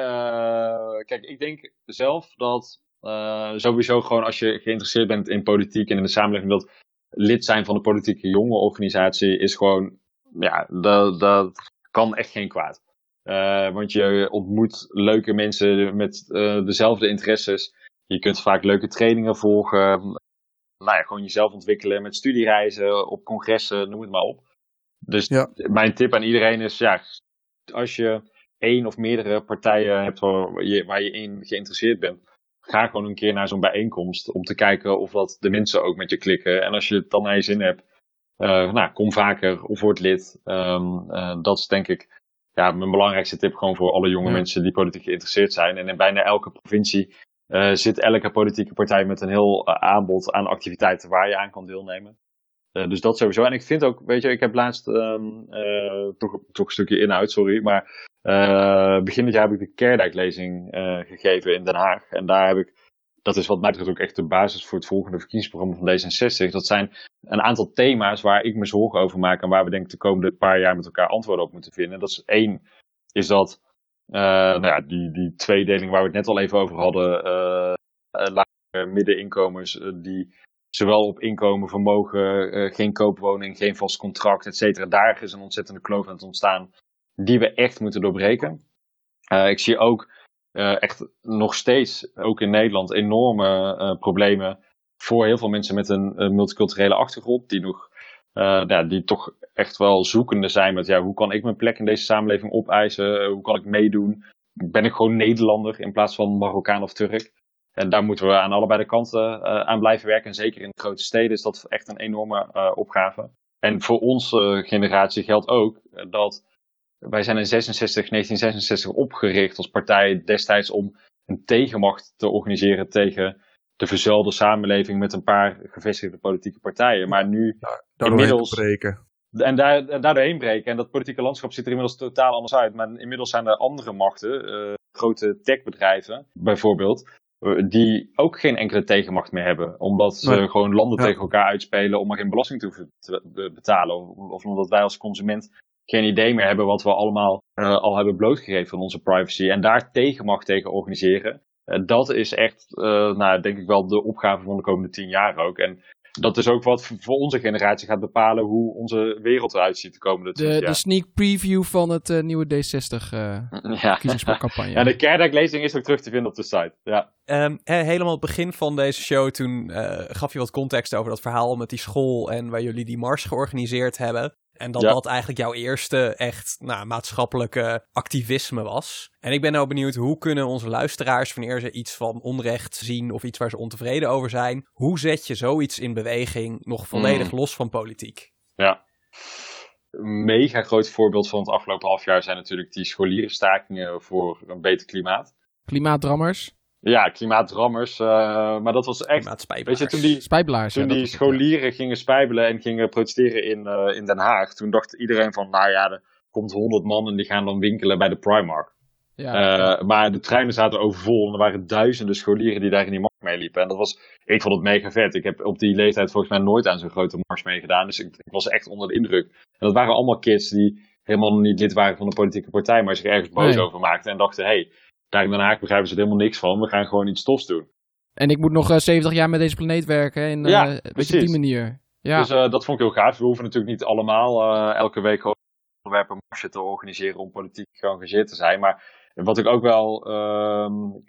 S5: kijk, ik denk zelf dat uh, sowieso gewoon als je geïnteresseerd bent in politiek en in de samenleving, dat lid zijn van de politieke jongerenorganisatie is gewoon, ja, dat, dat kan echt geen kwaad. Uh, want je ontmoet leuke mensen met uh, dezelfde interesses. Je kunt vaak leuke trainingen volgen. Nou ja, gewoon jezelf ontwikkelen met studiereizen, op congressen, noem het maar op. Dus ja. Mijn tip aan iedereen is, ja, als je één of meerdere partijen hebt waar je, waar je in geïnteresseerd bent, ga gewoon een keer naar zo'n bijeenkomst om te kijken of dat de mensen ook met je klikken. En als je het dan naar je zin hebt, uh, nou, kom vaker of word lid. Um, uh, dat is denk ik ja, mijn belangrijkste tip gewoon voor alle jonge ja. mensen die politiek geïnteresseerd zijn. En in bijna elke provincie uh, zit elke politieke partij met een heel uh, aanbod aan activiteiten waar je aan kan deelnemen. Uh, dus dat sowieso. En ik vind ook, weet je, ik heb laatst um, uh, toch, toch een stukje inhoud, sorry, maar uh, begin dit jaar heb ik de Kerdijk-lezing uh, gegeven in Den Haag. En daar heb ik, dat is wat mij betreft ook echt de basis voor het volgende verkiezingsprogramma van D zesenzestig. Dat zijn een aantal thema's waar ik me zorgen over maak en waar we denk ik de komende paar jaar met elkaar antwoorden op moeten vinden. Dat is één, is dat uh, nou ja, die, die tweedeling waar we het net al even over hadden, uh, uh, lage middeninkomens, uh, die zowel op inkomen, vermogen, uh, geen koopwoning, geen vast contract, et cetera. Daar is een ontzettende kloof aan het ontstaan die we echt moeten doorbreken. Uh, ik zie ook uh, echt nog steeds, ook in Nederland, enorme uh, problemen voor heel veel mensen met een, een multiculturele achtergrond. Die, nog, uh, ja, die toch echt wel zoekende zijn met, ja, hoe kan ik mijn plek in deze samenleving opeisen? Hoe kan ik meedoen? Ben ik gewoon Nederlander in plaats van Marokkaan of Turk? En daar moeten we aan allebei de kanten uh, aan blijven werken. En zeker in de grote steden is dat echt een enorme uh, opgave. En voor onze uh, generatie geldt ook uh, dat wij zijn in zesenzestig, negentien zesenzestig opgericht als partij destijds om een tegenmacht te organiseren tegen de verzuilde samenleving met een paar gevestigde politieke partijen. Maar nu
S3: daar
S5: inmiddels
S3: breken.
S5: En daar, daar doorheen breken. En dat politieke landschap ziet er inmiddels totaal anders uit. Maar inmiddels zijn er andere machten, uh, grote techbedrijven bijvoorbeeld, die ook geen enkele tegenmacht meer hebben. Omdat ze nee. gewoon landen ja. tegen elkaar uitspelen om maar geen belasting te hoeven te betalen. Of, of omdat wij als consument geen idee meer hebben wat we allemaal uh, al hebben blootgegeven van onze privacy. En daar tegenmacht tegen organiseren. Uh, dat is echt, uh, nou, denk ik wel de opgave van de komende tien jaar ook. En dat is ook wat voor onze generatie gaat bepalen hoe onze wereld eruit ziet de komende tien
S2: de,
S5: jaar.
S2: De sneak preview van het uh, nieuwe D zesenzestig uh, ja. verkiezingscampagne.
S5: Ja, de Kerdijk-lezing is ook terug te vinden op de site. Ja.
S1: Um, he, helemaal het begin van deze show, toen uh, gaf je wat context over dat verhaal met die school en waar jullie die mars georganiseerd hebben. En dat ja. dat eigenlijk jouw eerste echt nou, maatschappelijke activisme was. En ik ben nou benieuwd, hoe kunnen onze luisteraars, wanneer ze iets van onrecht zien of iets waar ze ontevreden over zijn, hoe zet je zoiets in beweging nog volledig mm. los van politiek?
S5: Ja, een mega groot voorbeeld van het afgelopen half jaar zijn natuurlijk die scholierenstakingen voor een beter klimaat.
S2: Klimaatdrammers?
S5: Ja, klimaatdrammers. Uh, maar dat was echt, weet je, toen die,
S2: Spijbelaars,
S5: toen
S2: ja,
S5: die scholieren ja. gingen spijbelen en gingen protesteren in, uh, in Den Haag, toen dacht iedereen van, nou ja, er komt honderd man en die gaan dan winkelen bij de Primark. Ja. Uh, maar de treinen zaten overvol en er waren duizenden scholieren die daar in die mars meeliepen. En dat was, ik vond het mega vet. Ik heb op die leeftijd volgens mij nooit aan zo'n grote mars meegedaan, dus ik, ik was echt onder de indruk. En dat waren allemaal kids die helemaal niet lid waren van een politieke partij, maar zich ergens boos nee. over maakten en dachten, hé, hey, daar in Den Haag begrijpen ze er helemaal niks van. We gaan gewoon iets tofs doen.
S2: En ik moet nog uh, zeventig jaar met deze planeet werken. En, uh, ja, precies. Op die manier. Ja.
S5: Dus uh, dat vond ik heel gaaf. We hoeven natuurlijk niet allemaal uh, elke week gewoon onderwerpen marsje te organiseren om politiek geëngageerd te zijn. Maar wat ik ook wel uh,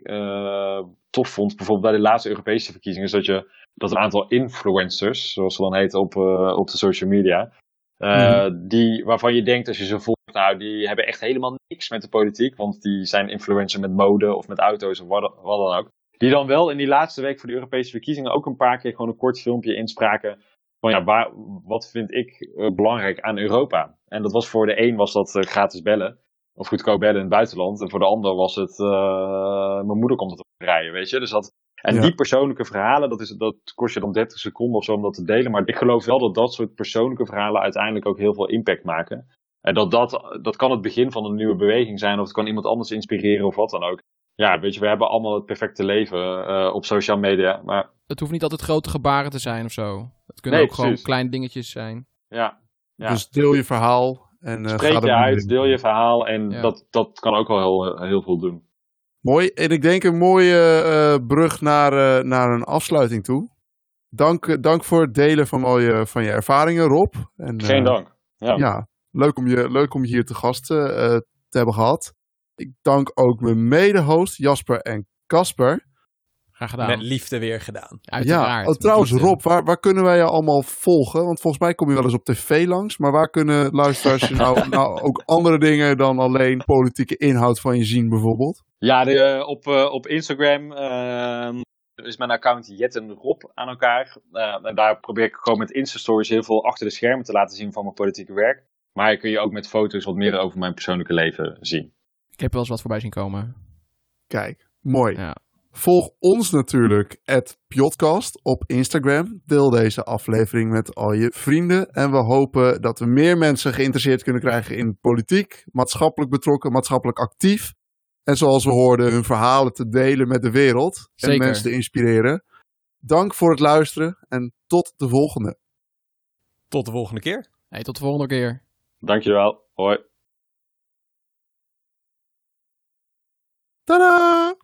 S5: uh, tof vond, bijvoorbeeld bij de laatste Europese verkiezingen, is dat je dat een aantal influencers, zoals ze dan heten op, uh, op de social media, Uh, mm-hmm. die, waarvan je denkt als je ze volgt, nou, die hebben echt helemaal niks met de politiek, want die zijn influencer met mode of met auto's of wat, wat dan ook. Die dan wel in die laatste week voor de Europese verkiezingen ook een paar keer gewoon een kort filmpje inspraken van ja, waar, wat vind ik uh, belangrijk aan Europa? En dat was voor de een was dat uh, gratis bellen of goedkoop bellen in het buitenland en voor de ander was het uh, mijn moeder komt het op rijden, weet je. Dus dat En ja. die persoonlijke verhalen, dat, is, dat kost je dan dertig seconden of zo om dat te delen. Maar ik geloof wel dat dat soort persoonlijke verhalen uiteindelijk ook heel veel impact maken. En dat, dat, dat kan het begin van een nieuwe beweging zijn, of het kan iemand anders inspireren of wat dan ook. Ja, weet je, we hebben allemaal het perfecte leven uh, op social media. Maar
S2: het hoeft niet altijd grote gebaren te zijn of zo. Het kunnen nee, ook precies. gewoon kleine dingetjes zijn.
S5: Ja. ja.
S3: Dus deel je verhaal. En, uh,
S5: Spreek je uit, deel je verhaal en ja. dat, dat kan ook wel heel, heel veel doen.
S3: Mooi. En ik denk een mooie uh, brug naar, uh, naar een afsluiting toe. Dank, uh, dank voor het delen van, al je, van je ervaringen, Rob. En, uh,
S5: Geen dank. Ja,
S3: ja leuk, om je, leuk om je hier te gast uh, te hebben gehad. Ik dank ook mijn mede-host Jasper en Casper.
S2: Graag gedaan.
S1: Met liefde weer gedaan.
S2: Uiteraard.
S3: Ja, oh, trouwens Rob, waar, waar kunnen wij je allemaal volgen? Want volgens mij kom je wel eens op tv langs. Maar waar kunnen luisteraars je nou, nou ook andere dingen dan alleen politieke inhoud van je zien bijvoorbeeld?
S5: Ja, de, uh, op, uh, op Instagram uh, is mijn account Jet en Rob aan elkaar. Uh, en daar probeer ik gewoon met Insta-stories heel veel achter de schermen te laten zien van mijn politieke werk. Maar kun je ook met foto's wat meer over mijn persoonlijke leven zien.
S2: Ik heb wel eens wat voorbij zien komen.
S3: Kijk, mooi.
S2: Ja.
S3: Volg ons natuurlijk, at Pjotcast, op Instagram. Deel deze aflevering met al je vrienden. En we hopen dat we meer mensen geïnteresseerd kunnen krijgen in politiek, maatschappelijk betrokken, maatschappelijk actief. En zoals we hoorden, hun verhalen te delen met de wereld.
S2: Zeker.
S3: En mensen te inspireren. Dank voor het luisteren en tot de volgende.
S1: Tot de volgende keer.
S2: Hey, tot de volgende keer.
S5: Dankjewel. Hoi.
S3: Tadaa!